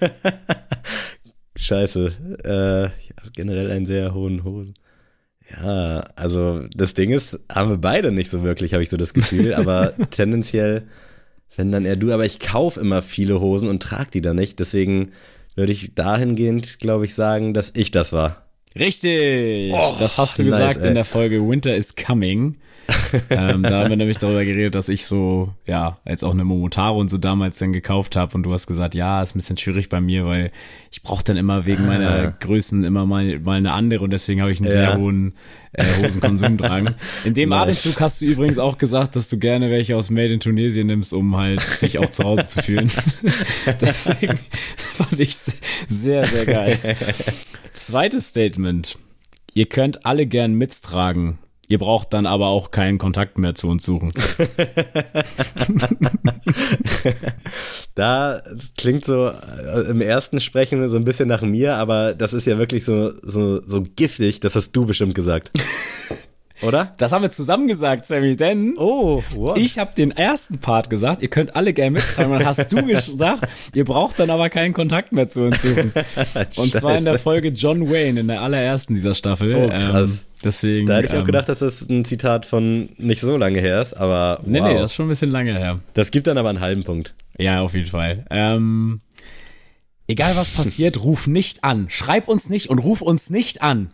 Scheiße. Äh, ich habe generell einen sehr hohen Hosen. Ja, also das Ding ist, haben wir beide nicht so wirklich, habe ich so das Gefühl, aber tendenziell, wenn dann eher du, aber ich kaufe immer viele Hosen und trage die dann nicht, deswegen würde ich dahingehend, glaube ich, sagen, dass ich das war. Richtig, oh, das hast du nice, gesagt ey. In der Folge Winter is Coming. ähm, da haben wir nämlich darüber geredet, dass ich so, ja, jetzt auch eine Momotaro und so damals dann gekauft habe und du hast gesagt, ja, ist ein bisschen schwierig bei mir, weil ich brauche dann immer wegen meiner ah. Größen immer mal, mal eine andere und deswegen habe ich einen ja. sehr hohen äh, Hosenkonsumdrang. In dem nice. Atemzug hast du übrigens auch gesagt, dass du gerne welche aus Made in Tunesien nimmst, um halt dich auch zu Hause zu fühlen. Deswegen fand ich sehr, sehr geil. Zweites Statement. Ihr könnt alle gern mittragen. Ihr braucht dann aber auch keinen Kontakt mehr zu uns suchen. Da das klingt so äh, im ersten Sprechen so ein bisschen nach mir, aber das ist ja wirklich so, so, so giftig, das hast du bestimmt gesagt. Oder? Das haben wir zusammen gesagt, Sammy, denn oh, what? Ich habe den ersten Part gesagt, ihr könnt alle gerne mittragen, und dann hast du gesagt, ihr braucht dann aber keinen Kontakt mehr zu uns suchen. Und zwar in der Folge John Wayne, in der allerersten dieser Staffel. Oh, krass. Ähm, deswegen, da hätte ich auch ähm, gedacht, dass das ein Zitat von nicht so lange her ist, aber wow. Nee, nee, das ist schon ein bisschen lange her. Das gibt dann aber einen halben Punkt. Ja, auf jeden Fall. Ähm, egal was passiert, ruf nicht an. Schreib uns nicht und ruf uns nicht an.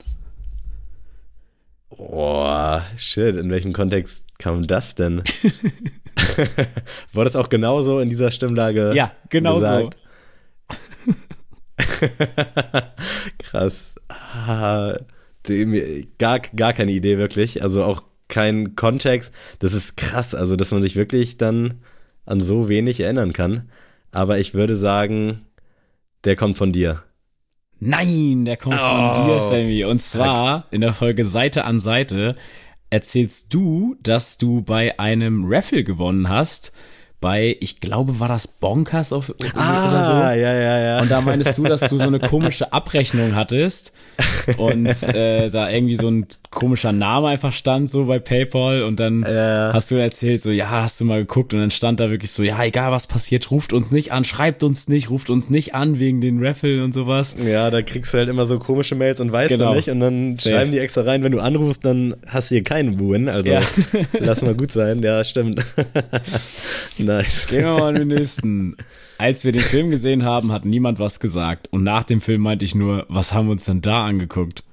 Boah, shit, in welchem Kontext kam das denn? War das auch genauso in dieser Stimmlage? Ja, genau gesagt? so. Krass. Ah, die, gar, gar keine Idee wirklich, also auch kein Kontext. Das ist krass, also dass man sich wirklich dann an so wenig erinnern kann. Aber ich würde sagen, der kommt von dir. Nein, der kommt von oh, dir, Sammy. Und zwar in der Folge Seite an Seite erzählst du, dass du bei einem Raffle gewonnen hast. Bei, ich glaube, war das Bonkers auf, ah, oder so. ja, ja, ja. Und da meinst du, dass du so eine komische Abrechnung hattest und äh, da irgendwie so ein komischer Name einfach stand, so bei PayPal. Und dann ja. hast du erzählt, so, ja, hast du mal geguckt und dann stand da wirklich so, ja, egal was passiert, ruft uns nicht an, schreibt uns nicht, ruft uns nicht an wegen den Raffle und sowas. Ja, da kriegst du halt immer so komische Mails und weißt genau. du nicht. Und dann Safe. Schreiben die extra rein, wenn du anrufst, dann hast du hier keinen Win. Also ja. lass mal gut sein. Ja, stimmt. Nice. Gehen wir mal in den nächsten. Als wir den Film gesehen haben, hat niemand was gesagt. Und nach dem Film meinte ich nur, was haben wir uns denn da angeguckt?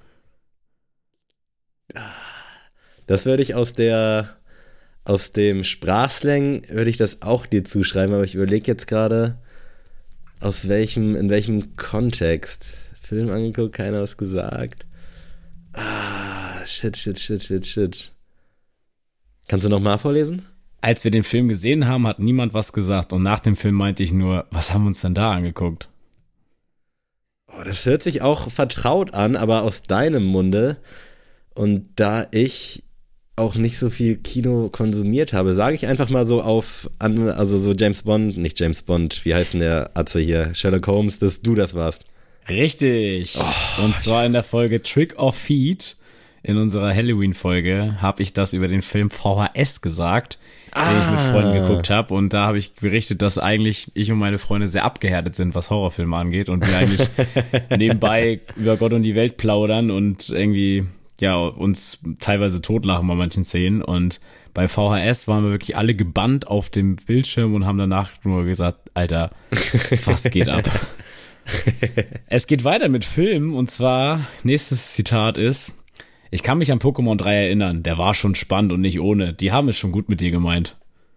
Das würde ich aus der, aus dem Sprachslang, würde ich das auch dir zuschreiben, aber ich überlege jetzt gerade, aus welchem, in welchem Kontext. Film angeguckt, keiner was gesagt. Ah, shit, shit, shit, shit, shit. Kannst du nochmal vorlesen? Als wir den Film gesehen haben, hat niemand was gesagt. Und nach dem Film meinte ich nur, was haben wir uns denn da angeguckt? Oh, das hört sich auch vertraut an, aber aus deinem Munde. Und da ich auch nicht so viel Kino konsumiert habe, sage ich einfach mal so auf, also so James Bond, nicht James Bond, wie heißt denn der Atze hier? Sherlock Holmes, dass du das warst. Richtig. Oh, und zwar in der Folge Trick or Feed, in unserer Halloween-Folge, habe ich das über den Film V H S gesagt, ah. den ich mit Freunden geguckt habe. Und da habe ich berichtet, dass eigentlich ich und meine Freunde sehr abgehärtet sind, was Horrorfilme angeht. Und wir eigentlich nebenbei über Gott und die Welt plaudern und irgendwie ja uns teilweise totlachen bei manchen Szenen. Und bei V H S waren wir wirklich alle gebannt auf dem Bildschirm und haben danach nur gesagt, Alter, was geht ab? Es geht weiter mit Filmen und zwar, nächstes Zitat ist, ich kann mich an Pokémon drei erinnern, der war schon spannend und nicht ohne, die haben es schon gut mit dir gemeint.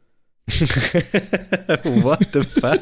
What the fuck?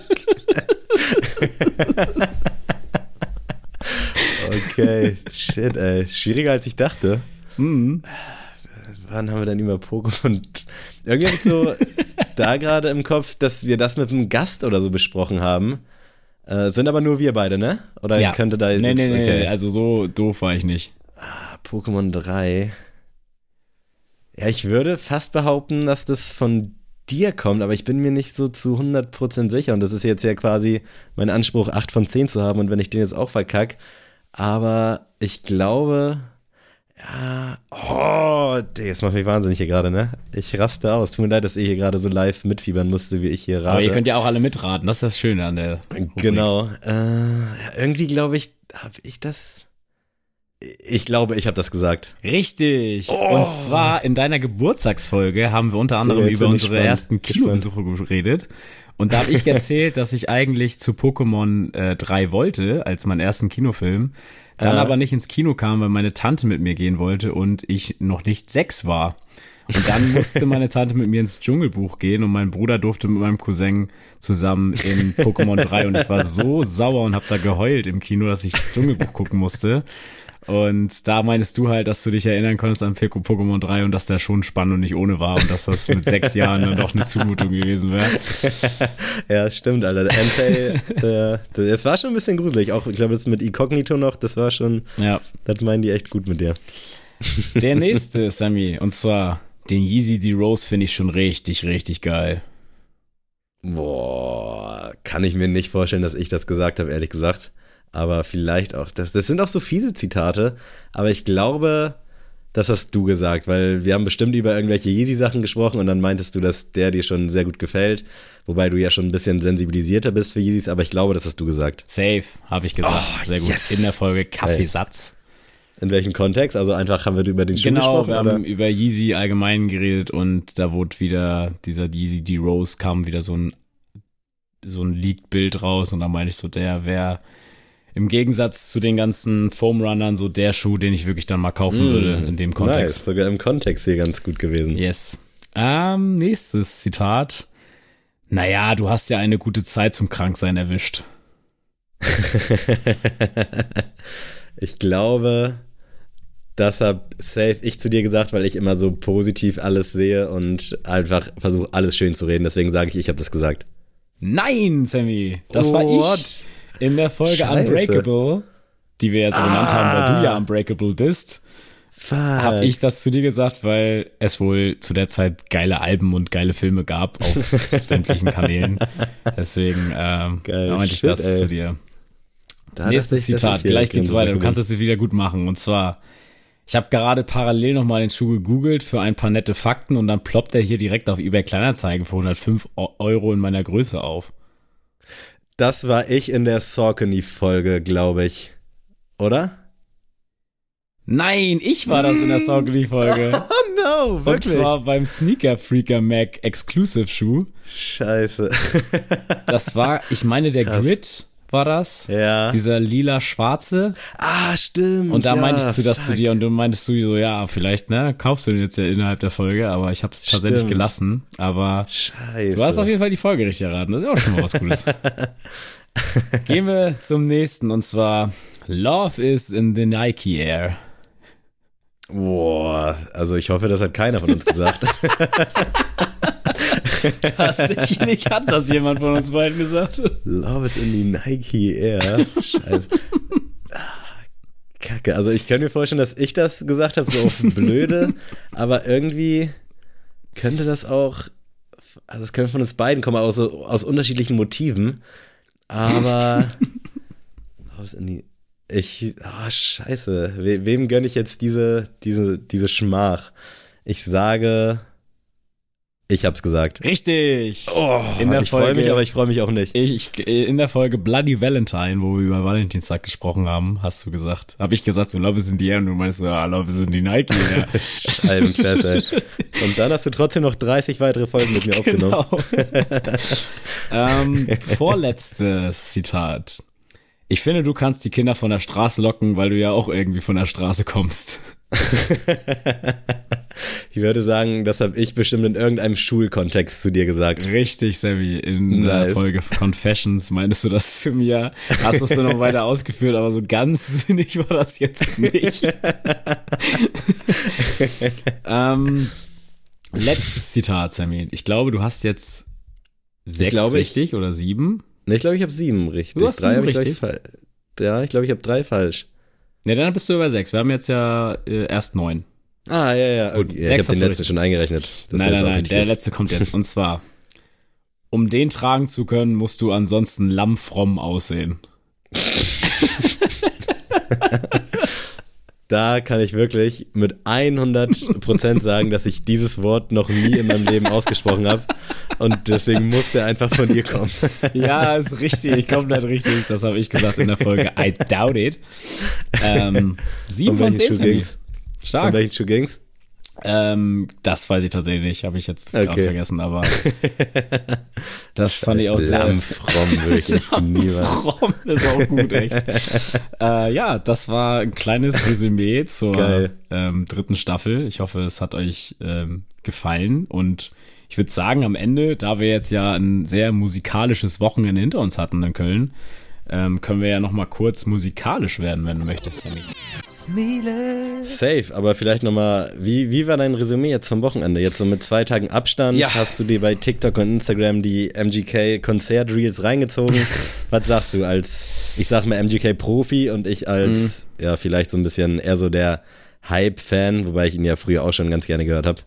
Okay, shit, ey, schwieriger als ich dachte. Mhm. Wann haben wir denn über Pokémon? Irgendwie habe ich so da gerade im Kopf, dass wir das mit einem Gast oder so besprochen haben. Äh, sind aber nur wir beide, ne? Oder ja. könnte da jetzt... Nee, nee, nee, okay. also so doof war ich nicht. Ah, Pokémon drei. Ja, ich würde fast behaupten, dass das von dir kommt, aber ich bin mir nicht so zu hundert Prozent sicher. Und das ist jetzt ja quasi mein Anspruch, acht von zehn zu haben. Und wenn ich den jetzt auch verkacke. Aber ich glaube... Ja, oh, das macht mich wahnsinnig hier gerade, ne? Ich raste aus. Tut mir leid, dass ihr hier gerade so live mitfiebern musste, wie ich hier rate. Aber ihr könnt ja auch alle mitraten, das ist das Schöne an der Rubrik. Genau. Äh, irgendwie glaube ich, habe ich das... Ich glaube, ich habe das gesagt. Richtig. Oh. Und zwar in deiner Geburtstagsfolge haben wir unter anderem Jetzt über bin ich unsere spannend. ersten Kinobesuche geredet. Und da habe ich erzählt, dass ich eigentlich zu Pokémon äh, drei wollte, als meinen ersten Kinofilm. Dann Ja. aber nicht ins Kino kam, weil meine Tante mit mir gehen wollte und ich noch nicht sechs war. Und dann musste meine Tante mit mir ins Dschungelbuch gehen und mein Bruder durfte mit meinem Cousin zusammen in Pokémon drei. Und ich war so sauer und habe da geheult im Kino, dass ich Dschungelbuch gucken musste. Und da meinst du halt, dass du dich erinnern konntest an Pokémon drei und dass der schon spannend und nicht ohne war und dass das mit sechs Jahren dann doch eine Zumutung gewesen wäre. Ja, stimmt, Alter. Der Entei, der, der, das war schon ein bisschen gruselig. Auch, ich glaube, das mit Inkognito noch, das war schon, Ja. das meinen die echt gut mit dir. Der nächste, Sammy, und zwar den Yeezy D-Rose finde ich schon richtig, richtig geil. Boah, kann ich mir nicht vorstellen, dass ich das gesagt habe, ehrlich gesagt. Aber vielleicht auch, das, das sind auch so fiese Zitate, aber ich glaube, das hast du gesagt, weil wir haben bestimmt über irgendwelche Yeezy-Sachen gesprochen und dann meintest du, dass der dir schon sehr gut gefällt, wobei du ja schon ein bisschen sensibilisierter bist für Yeezys, aber ich glaube, das hast du gesagt. Safe, habe ich gesagt. Oh, Sehr gut. yes. In der Folge Kaffeesatz. In welchem Kontext? Also einfach haben wir über den Schuh Genau, gesprochen? wir haben oder? über Yeezy allgemein geredet und da wurde wieder, dieser Yeezy D-Rose kam wieder so ein, so ein Leaked-Bild raus und da meinte ich so, der wäre im Gegensatz zu den ganzen Foam Runnern so der Schuh, den ich wirklich dann mal kaufen Mm, würde in dem Kontext. Nice, sogar im Kontext hier ganz gut gewesen. Yes. Ähm, nächstes Zitat. Naja, du hast ja eine gute Zeit zum Kranksein erwischt. Ich glaube, das hab safe ich zu dir gesagt, weil ich immer so positiv alles sehe und einfach versuche, alles schön zu reden. Deswegen sage ich, ich habe das gesagt. Nein, Sammy, das war What? ich in der Folge Scheiße. Unbreakable, die wir jetzt so genannt haben, weil du ja Unbreakable bist. Fuck. Habe ich das zu dir gesagt, weil es wohl zu der Zeit geile Alben und geile Filme gab auf sämtlichen Kanälen. Deswegen ähm, Geil, meinte ich shit, das ey. zu dir. Da hat Nächstes das nicht- das Zitat, ist viel gleich geht's drin, weiter. Du so kannst es wieder gut machen. Und zwar, ich habe gerade parallel nochmal den Schuh gegoogelt für ein paar nette Fakten und dann ploppt er hier direkt auf eBay Kleinanzeigen für hundertfünf Euro in meiner Größe auf. Das war ich in der Saucony-Folge, glaube ich. Oder? Nein, ich war das in der Saucony-Folge. Oh no, Und wirklich? zwar beim Sneaker Freaker Mac Exclusive Schuh. Scheiße. Das war, ich meine, der Krass. Grid war das. Ja. Dieser lila-schwarze. Ah, stimmt. Und da ja, meinte ich zu das fuck. zu dir und du meintest du so, ja, vielleicht, ne, kaufst du den jetzt ja innerhalb der Folge, aber ich habe es tatsächlich Stimmt. gelassen. Aber Scheiße. du hast auf jeden Fall die Folge richtig erraten. Das ist auch schon mal was Cooles. Gehen wir zum nächsten und zwar Love is in the Nike Air. Boah, also ich hoffe, das hat keiner von uns gesagt. Tatsächlich hat das jemand von uns beiden gesagt. Love is in the Nike Air. Scheiße. Kacke. Also ich kann mir vorstellen, dass ich das gesagt habe, so auf blöde, aber irgendwie könnte das auch, also es könnte von uns beiden kommen, aus, aus unterschiedlichen Motiven, aber Love is in the Ich, ah, oh, scheiße. We, wem gönne ich jetzt diese, diese, diese Schmach? Ich sage, ich hab's gesagt. Richtig. Oh, in der ich freue mich, aber ich freue mich auch nicht. Ich, in der Folge Bloody Valentine, wo wir über Valentinstag gesprochen haben, hast du gesagt, habe ich gesagt, so Love is in the Air und du meinst so, ja, Love is in the Nike Air. Scheibenklässe, ey. Und dann hast du trotzdem noch dreißig weitere Folgen mit mir aufgenommen. Genau. ähm, vorletztes Zitat. Ich finde, du kannst die Kinder von der Straße locken, weil du ja auch irgendwie von der Straße kommst. Ich würde sagen, das habe ich bestimmt in irgendeinem Schulkontext zu dir gesagt. Richtig, Sammy. In nice. der Folge Confessions meintest du das zu mir. Hast es dann noch weiter ausgeführt, aber so ganz sinnig war das jetzt nicht. ähm, letztes Zitat, Sammy. Ich glaube, du hast jetzt sechs glaube, richtig ich, oder sieben. Ne, ich glaube, ich habe sieben richtig. Du hast drei sieben ich, richtig? Ich, ja, ich glaube, ich habe drei falsch. Ne, dann bist du über sechs. Wir haben jetzt ja äh, erst neun. Ah, ja, ja. Gut, okay. ja ich habe den letzten schon eingerechnet. Das nein, nein, nein, der letzte kommt jetzt. Und zwar, um den tragen zu können, musst du ansonsten lammfromm aussehen. Da kann ich wirklich mit hundert Prozent sagen, dass ich dieses Wort noch nie in meinem Leben ausgesprochen habe. Und deswegen muss der einfach von dir kommen. Ja, ist richtig, komplett richtig. Das habe ich gesagt in der Folge I Doubt It. Ähm, sieben von zehn, Sammy. Stark. Um welchen Schuh ging's? Ähm, das weiß ich tatsächlich nicht, habe ich jetzt okay. gerade vergessen, aber das Scheiße, fand ich auch sehr lammfromm, wirklich. Lammfromm ist auch gut, echt. äh, ja, das war ein kleines Resümee zur ähm, dritten Staffel. Ich hoffe, es hat euch ähm, gefallen und ich würde sagen, am Ende, da wir jetzt ja ein sehr musikalisches Wochenende hinter uns hatten in Köln, ähm, können wir ja noch mal kurz musikalisch werden, wenn du möchtest, Sammy. Safe, aber vielleicht nochmal, wie, wie war dein Resümee jetzt vom Wochenende? Jetzt so mit zwei Tagen Abstand, ja. Hast du dir bei TikTok und Instagram die M G K-Konzert-Reels reingezogen? Was sagst du als, ich sag mal M G K-Profi und ich als, mhm. ja, vielleicht so ein bisschen eher so der Hype-Fan, wobei ich ihn ja früher auch schon ganz gerne gehört habe.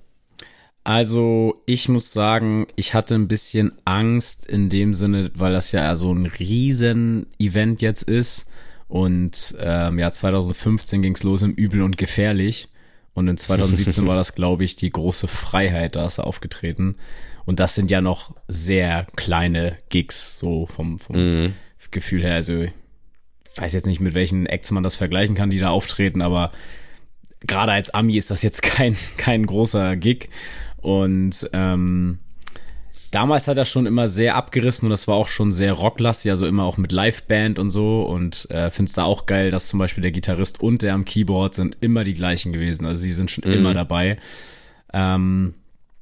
Also ich muss sagen, ich hatte ein bisschen Angst in dem Sinne, weil das ja so ein riesen Event jetzt ist. Und ähm, ja, zwanzig fünfzehn ging's los im Übel und Gefährlich. Und in zwanzig siebzehn war das, glaube ich, die große Freiheit, da ist er aufgetreten. Und das sind ja noch sehr kleine Gigs, so vom, vom mhm. Gefühl her. Also ich weiß jetzt nicht, mit welchen Acts man das vergleichen kann, die da auftreten, aber gerade als Ami ist das jetzt kein, kein großer Gig. Und ähm, damals hat er schon immer sehr abgerissen und das war auch schon sehr rocklastig, also immer auch mit Liveband und so und äh, find's da auch geil, dass zum Beispiel der Gitarrist und der am Keyboard sind immer die gleichen gewesen, also die sind schon mhm. immer dabei. Ähm,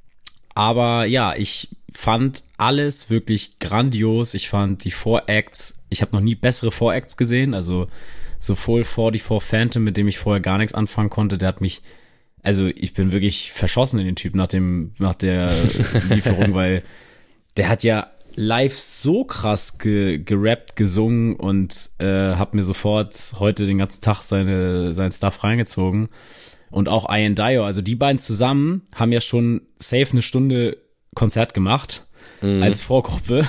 aber ja, ich fand alles wirklich grandios, ich fand die Four-Acts, ich habe noch nie bessere Four-Acts gesehen, also sowohl vierundvierzig Phantom, mit dem ich vorher gar nichts anfangen konnte, der hat mich, also ich bin wirklich verschossen in den Typ nach dem, nach der Lieferung, weil der hat ja live so krass ge, gerappt, gesungen und äh, hab mir sofort heute den ganzen Tag seine, sein Stuff reingezogen. Und auch Ian Dio, also die beiden zusammen haben ja schon safe eine Stunde Konzert gemacht mhm. als Vorgruppe.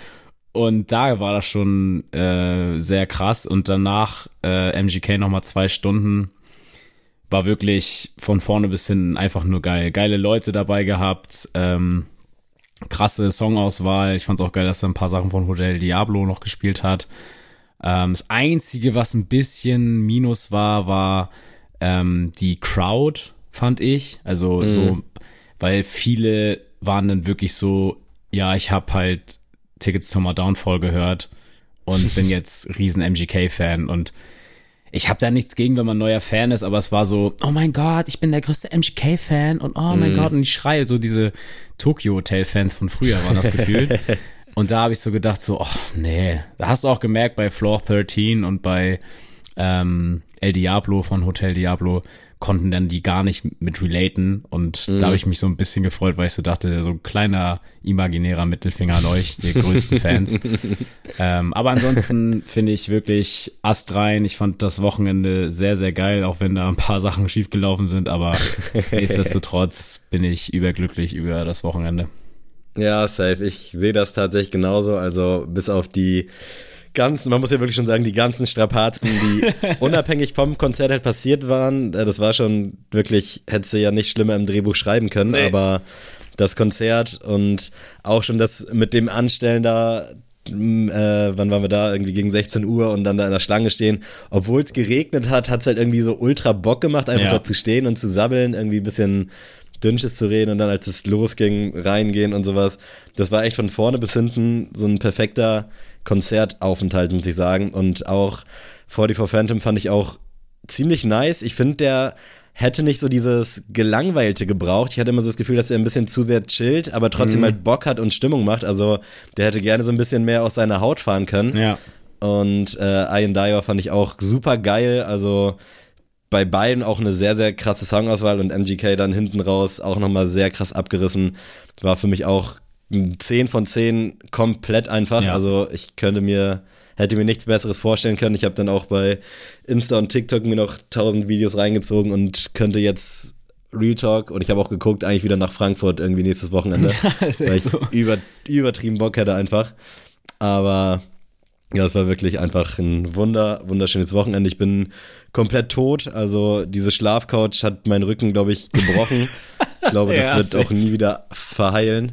Und da war das schon äh, sehr krass. Und danach äh, M G K nochmal zwei Stunden. War wirklich von vorne bis hinten einfach nur geil. Geile Leute dabei gehabt. Ähm, krasse Songauswahl. Ich fand's auch geil, dass er ein paar Sachen von Hotel Diablo noch gespielt hat. Ähm, das Einzige, was ein bisschen Minus war, war ähm, die Crowd, fand ich. Also mhm. so, weil viele waren dann wirklich so, ja, ich habe halt Tickets to My Downfall gehört und bin jetzt riesen M G K-Fan und ich habe da nichts gegen, wenn man neuer Fan ist, aber es war so, oh mein Gott, ich bin der größte M G K-Fan und oh mein mm. Gott, und ich schreie, so diese Tokyo-Hotel-Fans von früher waren das gefühlt. Und da habe ich so gedacht, so, oh nee, da hast du auch gemerkt bei Floor dreizehn und bei ähm, El Diablo von Hotel Diablo, konnten dann die gar nicht mit relaten und mhm. da habe ich mich so ein bisschen gefreut, weil ich so dachte, so ein kleiner imaginärer Mittelfinger an euch, ihr größten Fans. ähm, aber ansonsten finde ich wirklich astrein. Ich fand das Wochenende sehr, sehr geil, auch wenn da ein paar Sachen schiefgelaufen sind, aber nichtsdestotrotz bin ich überglücklich über das Wochenende. Ja, safe. Ich sehe das tatsächlich genauso, also bis auf die ganzen, man muss ja wirklich schon sagen, die ganzen Strapazen, die unabhängig vom Konzert halt passiert waren, das war schon wirklich, hätte sie ja nicht schlimmer im Drehbuch schreiben können, nee. Aber das Konzert und auch schon das mit dem Anstellen da, äh, wann waren wir da, irgendwie gegen sechzehn Uhr und dann da in der Schlange stehen, obwohl es geregnet hat, hat es halt irgendwie so ultra Bock gemacht, einfach ja. dort zu stehen und zu sabbeln, irgendwie ein bisschen Dünnsches zu reden und dann, als es losging, reingehen und sowas. Das war echt von vorne bis hinten so ein perfekter Konzertaufenthalt, muss ich sagen. Und auch vierundvierzig Phantom fand ich auch ziemlich nice. Ich finde, der hätte nicht so dieses Gelangweilte gebraucht. Ich hatte immer so das Gefühl, dass er ein bisschen zu sehr chillt, aber trotzdem mhm. halt Bock hat und Stimmung macht. Also der hätte gerne so ein bisschen mehr aus seiner Haut fahren können. Ja. Und äh, Ian Dyer fand ich auch super geil. Also bei beiden auch eine sehr, sehr krasse Songauswahl und M G K dann hinten raus auch nochmal sehr krass abgerissen. War für mich auch ein zehn von zehn komplett einfach. Ja. Also ich könnte mir, hätte mir nichts Besseres vorstellen können. Ich habe dann auch bei Insta und TikTok mir noch tausend Videos reingezogen und könnte jetzt Real Talk, und ich habe auch geguckt, eigentlich wieder nach Frankfurt irgendwie nächstes Wochenende, weil ich so. über, übertrieben Bock hätte einfach. Aber ja, es war wirklich einfach ein wunder, wunderschönes Wochenende. Ich bin komplett tot, also diese Schlafcouch hat meinen Rücken, glaube ich, gebrochen. Ich glaube, das ja, wird auch nie wieder verheilen,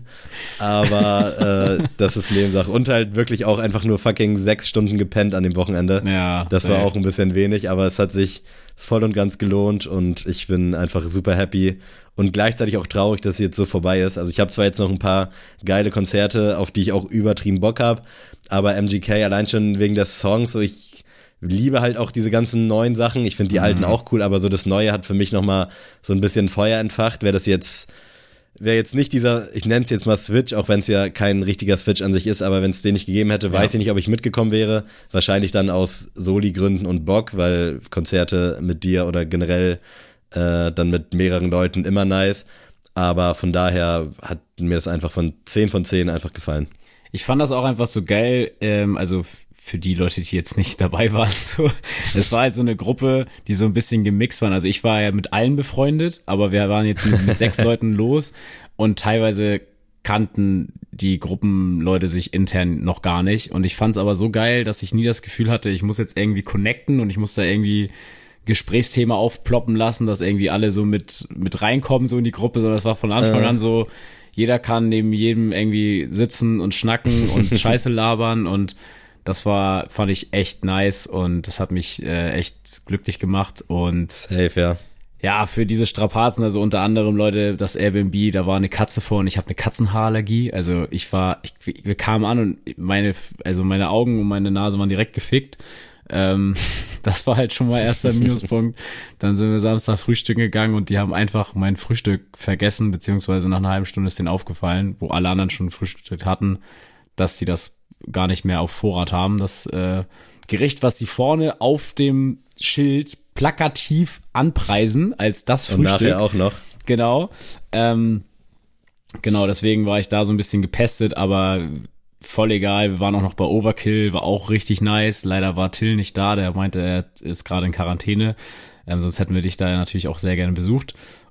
aber äh, das ist Nebensache. Und halt wirklich auch einfach nur fucking sechs Stunden gepennt an dem Wochenende. Ja, das war auch ein bisschen wenig, aber es hat sich voll und ganz gelohnt und ich bin einfach super happy und gleichzeitig auch traurig, dass es jetzt so vorbei ist. Also ich habe zwar jetzt noch ein paar geile Konzerte, auf die ich auch übertrieben Bock habe, aber M G K allein schon wegen des Songs, so ich liebe halt auch diese ganzen neuen Sachen. Ich finde die mhm. alten auch cool, aber so das Neue hat für mich nochmal so ein bisschen Feuer entfacht. Wäre das jetzt, wäre jetzt nicht dieser, ich nenne es jetzt mal Switch, auch wenn es ja kein richtiger Switch an sich ist, aber wenn es den nicht gegeben hätte, ja. weiß ich nicht, ob ich mitgekommen wäre. Wahrscheinlich dann aus Soli-Gründen und Bock, weil Konzerte mit dir oder generell äh, dann mit mehreren Leuten immer nice. Aber von daher hat mir das einfach von zehn von zehn einfach gefallen. Ich fand das auch einfach so geil, ähm, also für die Leute, die jetzt nicht dabei waren, so. Es war halt so eine Gruppe, die so ein bisschen gemixt waren. Also ich war ja mit allen befreundet, aber wir waren jetzt mit, mit sechs Leuten los und teilweise kannten die Gruppenleute sich intern noch gar nicht. Und ich fand es aber so geil, dass ich nie das Gefühl hatte, ich muss jetzt irgendwie connecten und ich muss da irgendwie Gesprächsthema aufploppen lassen, dass irgendwie alle so mit mit reinkommen so in die Gruppe, sondern das war von Anfang äh. an so, jeder kann neben jedem irgendwie sitzen und schnacken und Scheiße labern und das war, fand ich echt nice und das hat mich äh, echt glücklich gemacht und safe, ja. Ja, für diese Strapazen, also unter anderem, Leute, das Airbnb, da war eine Katze vor und ich habe eine Katzenhaarallergie, also ich war, ich, wir kamen an und meine, also meine Augen und meine Nase waren direkt gefickt. Ähm, das war halt schon mal erster Minuspunkt. Dann sind wir Samstag frühstücken gegangen und die haben einfach mein Frühstück vergessen, beziehungsweise nach einer halben Stunde ist denen aufgefallen, wo alle anderen schon Frühstück hatten, dass sie das gar nicht mehr auf Vorrat haben. Das äh, Gericht, was sie vorne auf dem Schild plakativ anpreisen als das Frühstück. Und nachher auch noch. Genau. Ähm, genau, deswegen war ich da so ein bisschen gepestet, aber voll egal. Wir waren auch noch bei Overkill, war auch richtig nice. Leider war Till nicht da, der meinte, er ist gerade in Quarantäne. Ähm, sonst hätten wir dich da natürlich auch sehr gerne besucht.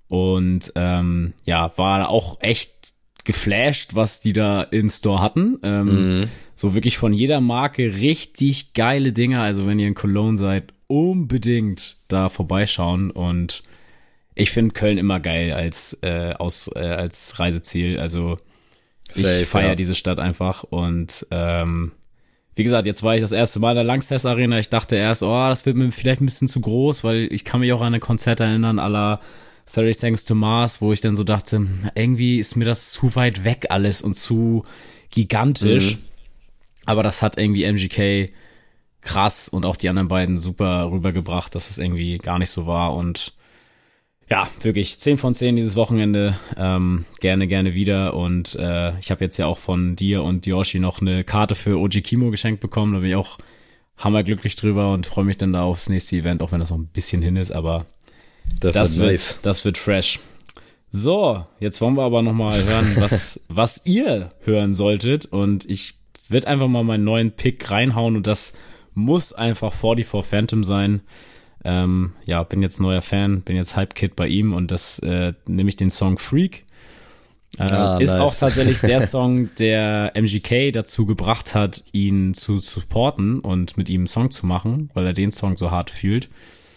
Und ähm, ja, war auch echt geflasht, was die da in Store hatten. Ähm, mhm. So wirklich von jeder Marke richtig geile Dinger. Also wenn ihr in Cologne seid, unbedingt da vorbeischauen. Und ich finde Köln immer geil als äh, aus äh, als Reiseziel. Also ich feiere ja. diese Stadt einfach. Und ähm, wie gesagt, jetzt war ich das erste Mal in der Lanxess Arena. Ich dachte erst, oh, das wird mir vielleicht ein bisschen zu groß, weil ich kann mich auch an ein Konzert erinnern, à la thirty Seconds to Mars, wo ich dann so dachte, irgendwie ist mir das zu weit weg alles und zu gigantisch. Mhm. Aber das hat irgendwie M G K krass und auch die anderen beiden super rübergebracht, dass es irgendwie gar nicht so war. Und ja, wirklich zehn von zehn dieses Wochenende. Ähm, gerne, gerne wieder. Und äh, ich habe jetzt ja auch von dir und Yoshi noch eine Karte für Oji Kimo geschenkt bekommen. Da bin ich auch hammerglücklich drüber und freue mich dann da aufs nächste Event, auch wenn das noch ein bisschen hin ist, aber das, das, wird, wird, das wird fresh. So, jetzt wollen wir aber nochmal hören, was, was ihr hören solltet und ich werde einfach mal meinen neuen Pick reinhauen und das muss einfach vierundvierzig Phantom sein. Ähm, ja, bin jetzt neuer Fan, bin jetzt Hype-Kid bei ihm und das äh, nehme ich den Song Freak. Äh, ah, ist nice. auch tatsächlich der Song, der M G K dazu gebracht hat, ihn zu supporten und mit ihm einen Song zu machen, weil er den Song so hart fühlt.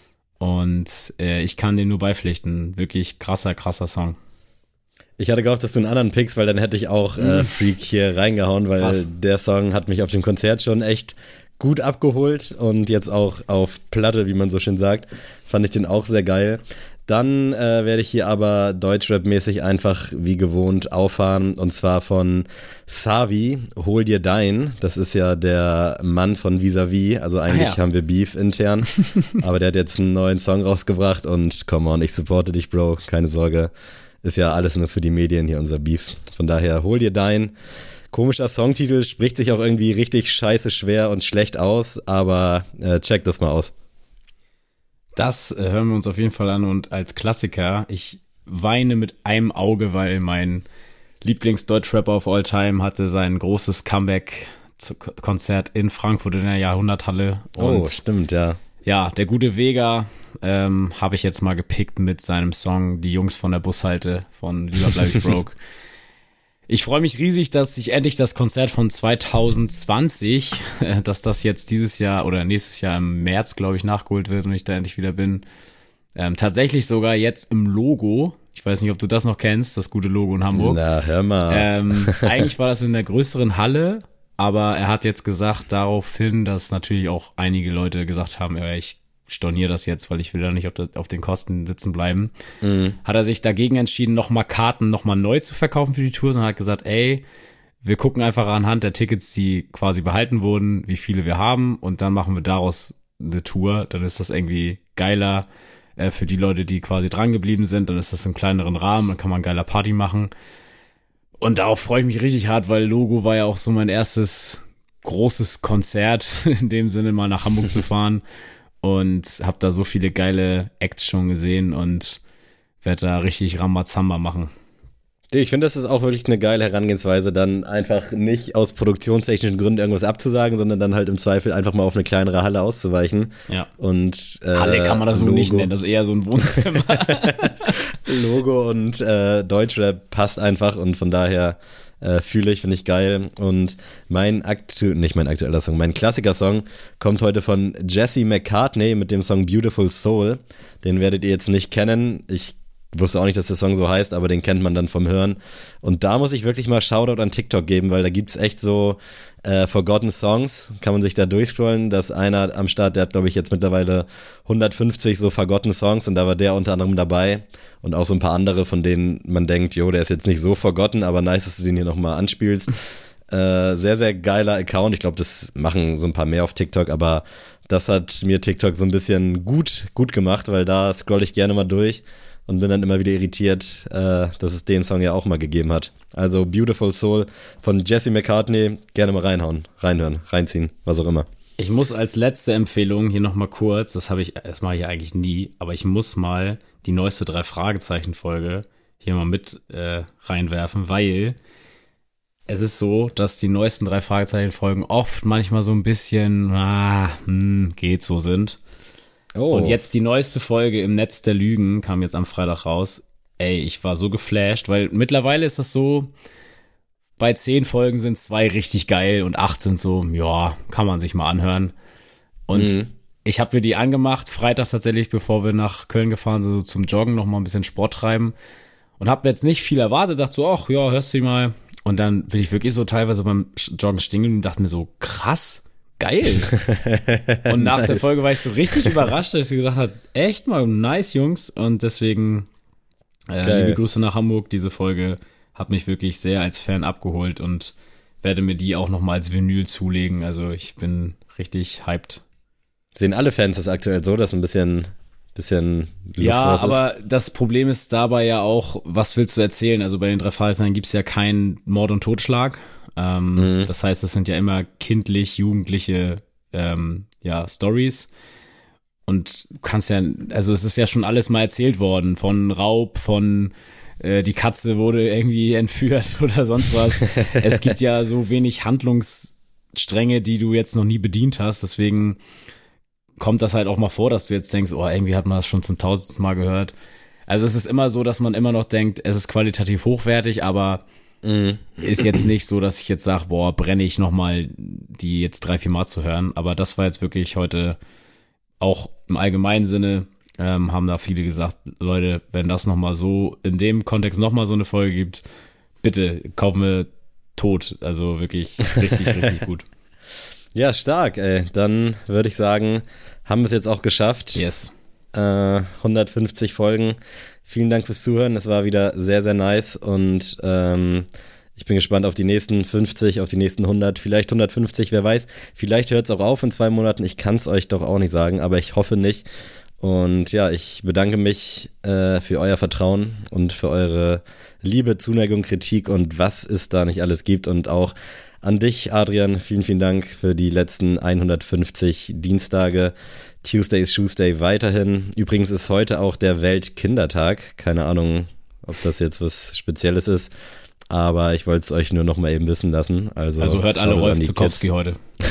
Und äh, ich kann dem nur beipflichten. Wirklich krasser, krasser Song. Ich hatte gehofft, dass du einen anderen pickst, weil dann hätte ich auch äh, Freak hier reingehauen, weil Krass. Der Song hat mich auf dem Konzert schon echt gut abgeholt und jetzt auch auf Platte, wie man so schön sagt, fand ich den auch sehr geil. Dann äh, werde ich hier aber Deutschrap-mäßig einfach wie gewohnt auffahren und zwar von Savi, Hol dir dein. Das ist ja der Mann von Vis-a-vis, also eigentlich ah, ja. haben wir Beef intern, aber der hat jetzt einen neuen Song rausgebracht und come on, ich supporte dich, Bro, keine Sorge. Ist ja alles nur für die Medien hier unser Beef. Von daher, hol dir dein. Komischer Songtitel, spricht sich auch irgendwie richtig scheiße schwer und schlecht aus, aber äh, check das mal aus. Das äh, hören wir uns auf jeden Fall an und als Klassiker, ich weine mit einem Auge, weil mein Lieblings-Deutschrapper of all time hatte sein großes Comeback-Konzert in Frankfurt in der Jahrhunderthalle. Und oh, stimmt, ja. Ja, der gute Vega ähm, habe ich jetzt mal gepickt mit seinem Song Die Jungs von der Bushalte von Lieber bleib ich broke. Ich freue mich riesig, dass ich endlich das Konzert von zwanzig zwanzig, äh, dass das jetzt dieses Jahr oder nächstes Jahr im März, glaube ich, nachgeholt wird und ich da endlich wieder bin. Ähm, tatsächlich sogar jetzt im Logo. Ich weiß nicht, ob du das noch kennst, das gute Logo in Hamburg. Na, hör mal. Ähm, eigentlich war das in der größeren Halle, aber er hat jetzt gesagt daraufhin, dass natürlich auch einige Leute gesagt haben, ja, ich storniere das jetzt, weil ich will da nicht auf, der, auf den Kosten sitzen bleiben. Mhm. Hat er sich dagegen entschieden, nochmal Karten nochmal neu zu verkaufen für die Tour, sondern hat gesagt, ey, wir gucken einfach anhand der Tickets, die quasi behalten wurden, wie viele wir haben und dann machen wir daraus eine Tour. Dann ist das irgendwie geiler äh, für die Leute, die quasi dran geblieben sind. Dann ist das im kleineren Rahmen, dann kann man geiler Party machen. Und darauf freue ich mich richtig hart, weil Logo war ja auch so mein erstes großes Konzert, in dem Sinne mal nach Hamburg zu fahren. Und habe da so viele geile Acts schon gesehen und werde da richtig Rambazamba machen. Ich finde, das ist auch wirklich eine geile Herangehensweise, dann einfach nicht aus produktionstechnischen Gründen irgendwas abzusagen, sondern dann halt im Zweifel einfach mal auf eine kleinere Halle auszuweichen. Ja. Und, äh, Halle kann man das so nicht nennen, das ist eher so ein Wohnzimmer. Logo und äh, Deutschrap passt einfach und von daher äh, fühle ich, finde ich geil. Und mein aktu nicht mein aktueller Song, mein Klassiker-Song kommt heute von Jesse McCartney mit dem Song Beautiful Soul. Den werdet ihr jetzt nicht kennen. Ich wusste auch nicht, dass der Song so heißt, aber den kennt man dann vom Hören. Und da muss ich wirklich mal Shoutout an TikTok geben, weil da gibt's echt so äh, Forgotten Songs, kann man sich da durchscrollen. Da ist einer am Start, der hat, glaube ich, jetzt mittlerweile hundertfünfzig so Forgotten Songs und da war der unter anderem dabei. Und auch so ein paar andere, von denen man denkt, jo, der ist jetzt nicht so forgotten, aber nice, dass du den hier nochmal anspielst. äh, sehr, sehr geiler Account. Ich glaube, das machen so ein paar mehr auf TikTok, aber das hat mir TikTok so ein bisschen gut, gut gemacht, weil da scroll ich gerne mal durch. Und bin dann immer wieder irritiert, äh, dass es den Song ja auch mal gegeben hat. Also Beautiful Soul von Jesse McCartney, gerne mal reinhauen, reinhören, reinziehen, was auch immer. Ich muss als letzte Empfehlung hier nochmal kurz, das habe ich, das mache ich eigentlich nie, aber ich muss mal die neueste Drei-Fragezeichen-Folge hier mal mit äh, reinwerfen, weil es ist so, dass die neuesten Drei-Fragezeichen-Folgen oft manchmal so ein bisschen, ah, hm, geht so sind. Oh. Und jetzt die neueste Folge im Netz der Lügen kam jetzt am Freitag raus. Ey, ich war so geflasht, weil mittlerweile ist das so, bei zehn Folgen sind zwei richtig geil und acht sind so, ja, kann man sich mal anhören. Und mhm. ich habe mir die angemacht, Freitag tatsächlich, bevor wir nach Köln gefahren sind, so zum Joggen, noch mal ein bisschen Sport treiben. Und habe jetzt nicht viel erwartet, dachte so, ach ja, hörst du die mal. Und dann bin ich wirklich so teilweise beim Joggen stehen und dachte mir so, krass, geil. Und nach nice. der Folge war ich so richtig überrascht, dass ich gesagt habe, echt mal nice, Jungs. Und deswegen äh, liebe Grüße nach Hamburg. Diese Folge hat mich wirklich sehr als Fan abgeholt und werde mir die auch nochmal als Vinyl zulegen. Also ich bin richtig hyped. Sehen alle Fans das aktuell so, dass ein bisschen, bisschen Luft ja, raus ist? Aber das Problem ist dabei ja auch, was willst du erzählen? Also bei den drei Fragezeichen gibt es ja keinen Mord und Totschlag. Ähm, mhm. Das heißt, es sind ja immer kindlich, jugendliche ähm, ja, Stories. Und du kannst ja, also es ist ja schon alles mal erzählt worden, von Raub, von äh, die Katze wurde irgendwie entführt oder sonst was. Es gibt ja so wenig Handlungsstränge, die du jetzt noch nie bedient hast, deswegen kommt das halt auch mal vor, dass du jetzt denkst, oh, irgendwie hat man das schon zum tausendsten Mal gehört. Also es ist immer so, dass man immer noch denkt, es ist qualitativ hochwertig, aber mhm. ist jetzt nicht so, dass ich jetzt sage, boah, brenne ich nochmal die jetzt drei, vier Mal zu hören. Aber das war jetzt wirklich heute auch im allgemeinen Sinne, ähm, haben da viele gesagt, Leute, wenn das nochmal so, in dem Kontext nochmal so eine Folge gibt, bitte kaufen wir tot. Also wirklich richtig, richtig gut. Ja, stark, ey. Dann würde ich sagen, haben wir es jetzt auch geschafft. Yes. Äh, hundertfünfzig Folgen. Vielen Dank fürs Zuhören. Es war wieder sehr, sehr nice und ähm, ich bin gespannt auf die nächsten fünfzig, auf die nächsten hundert, vielleicht hundertfünfzig, wer weiß. Vielleicht hört es auch auf in zwei Monaten. Ich kann es euch doch auch nicht sagen, aber ich hoffe nicht. Und ja, ich bedanke mich äh, für euer Vertrauen und für eure Liebe, Zuneigung, Kritik und was es da nicht alles gibt. Und auch an dich, Adrian, vielen, vielen Dank für die letzten hundertfünfzig Dienstage. Tuesday is Tuesday weiterhin. Übrigens ist heute auch der Weltkindertag. Keine Ahnung, ob das jetzt was Spezielles ist, aber ich wollte es euch nur noch mal eben wissen lassen. Also, also hört alle Rolf Zukowski heute.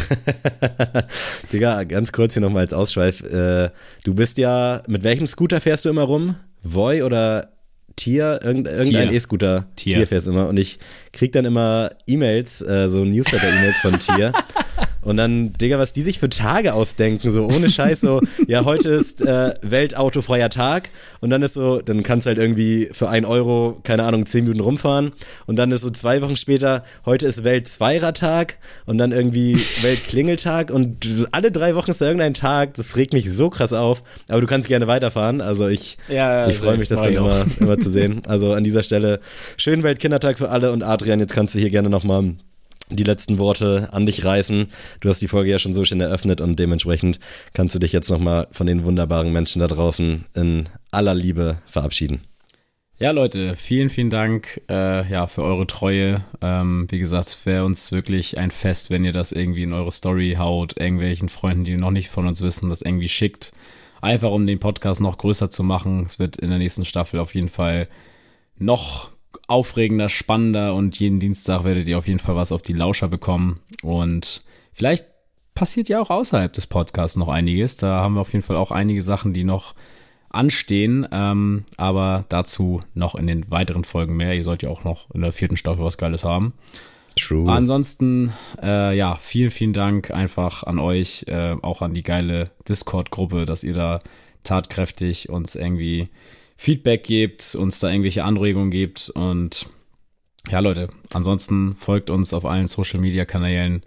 Digga, ganz kurz hier nochmal als Ausschweif. Äh, du bist ja, mit welchem Scooter fährst du immer rum? Voi oder Tier? Irgend, irgendein E-Scooter. Tier. Tier fährst du immer. Und ich krieg dann immer E-Mails, äh, so Newsletter-E-Mails von Tier. Und dann, Digga, was die sich für Tage ausdenken, so ohne Scheiß, so, ja, heute ist äh, weltautofreier Tag und dann ist so, dann kannst du halt irgendwie für ein Euro, keine Ahnung, zehn Minuten rumfahren und dann ist so zwei Wochen später, heute ist Welt-Zweirad-Tag und dann irgendwie Weltklingeltag und alle drei Wochen ist da irgendein Tag, das regt mich so krass auf, aber du kannst gerne weiterfahren, also ich, ja, ja, ich freue mich, das dann immer, immer zu sehen. Also an dieser Stelle, schönen Weltkindertag für alle und Adrian, jetzt kannst du hier gerne nochmal die letzten Worte an dich reißen. Du hast die Folge ja schon so schön eröffnet und dementsprechend kannst du dich jetzt nochmal von den wunderbaren Menschen da draußen in aller Liebe verabschieden. Ja, Leute, vielen, vielen Dank äh, ja, für eure Treue. Ähm, wie gesagt, wäre uns wirklich ein Fest, wenn ihr das irgendwie in eure Story haut, irgendwelchen Freunden, die noch nicht von uns wissen, das irgendwie schickt. Einfach um den Podcast noch größer zu machen. Es wird in der nächsten Staffel auf jeden Fall noch aufregender, spannender und jeden Dienstag werdet ihr auf jeden Fall was auf die Lauscher bekommen und vielleicht passiert ja auch außerhalb des Podcasts noch einiges, da haben wir auf jeden Fall auch einige Sachen, die noch anstehen, ähm, aber dazu noch in den weiteren Folgen mehr, ihr sollt ja auch noch in der vierten Staffel was Geiles haben. True. Ansonsten, äh, ja, vielen, vielen Dank einfach an euch, äh, auch an die geile Discord-Gruppe, dass ihr da tatkräftig uns irgendwie Feedback gebt, uns da irgendwelche Anregungen gebt und ja, Leute, ansonsten folgt uns auf allen Social-Media-Kanälen.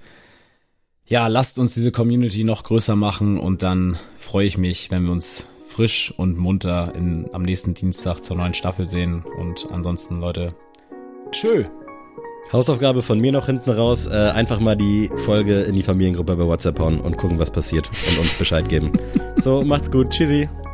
Ja, lasst uns diese Community noch größer machen und dann freue ich mich, wenn wir uns frisch und munter in, am nächsten Dienstag zur neuen Staffel sehen und ansonsten, Leute, tschö! Hausaufgabe von mir noch hinten raus, äh, einfach mal die Folge in die Familiengruppe bei WhatsApp hauen und gucken, was passiert und uns Bescheid geben. So, macht's gut, tschüssi!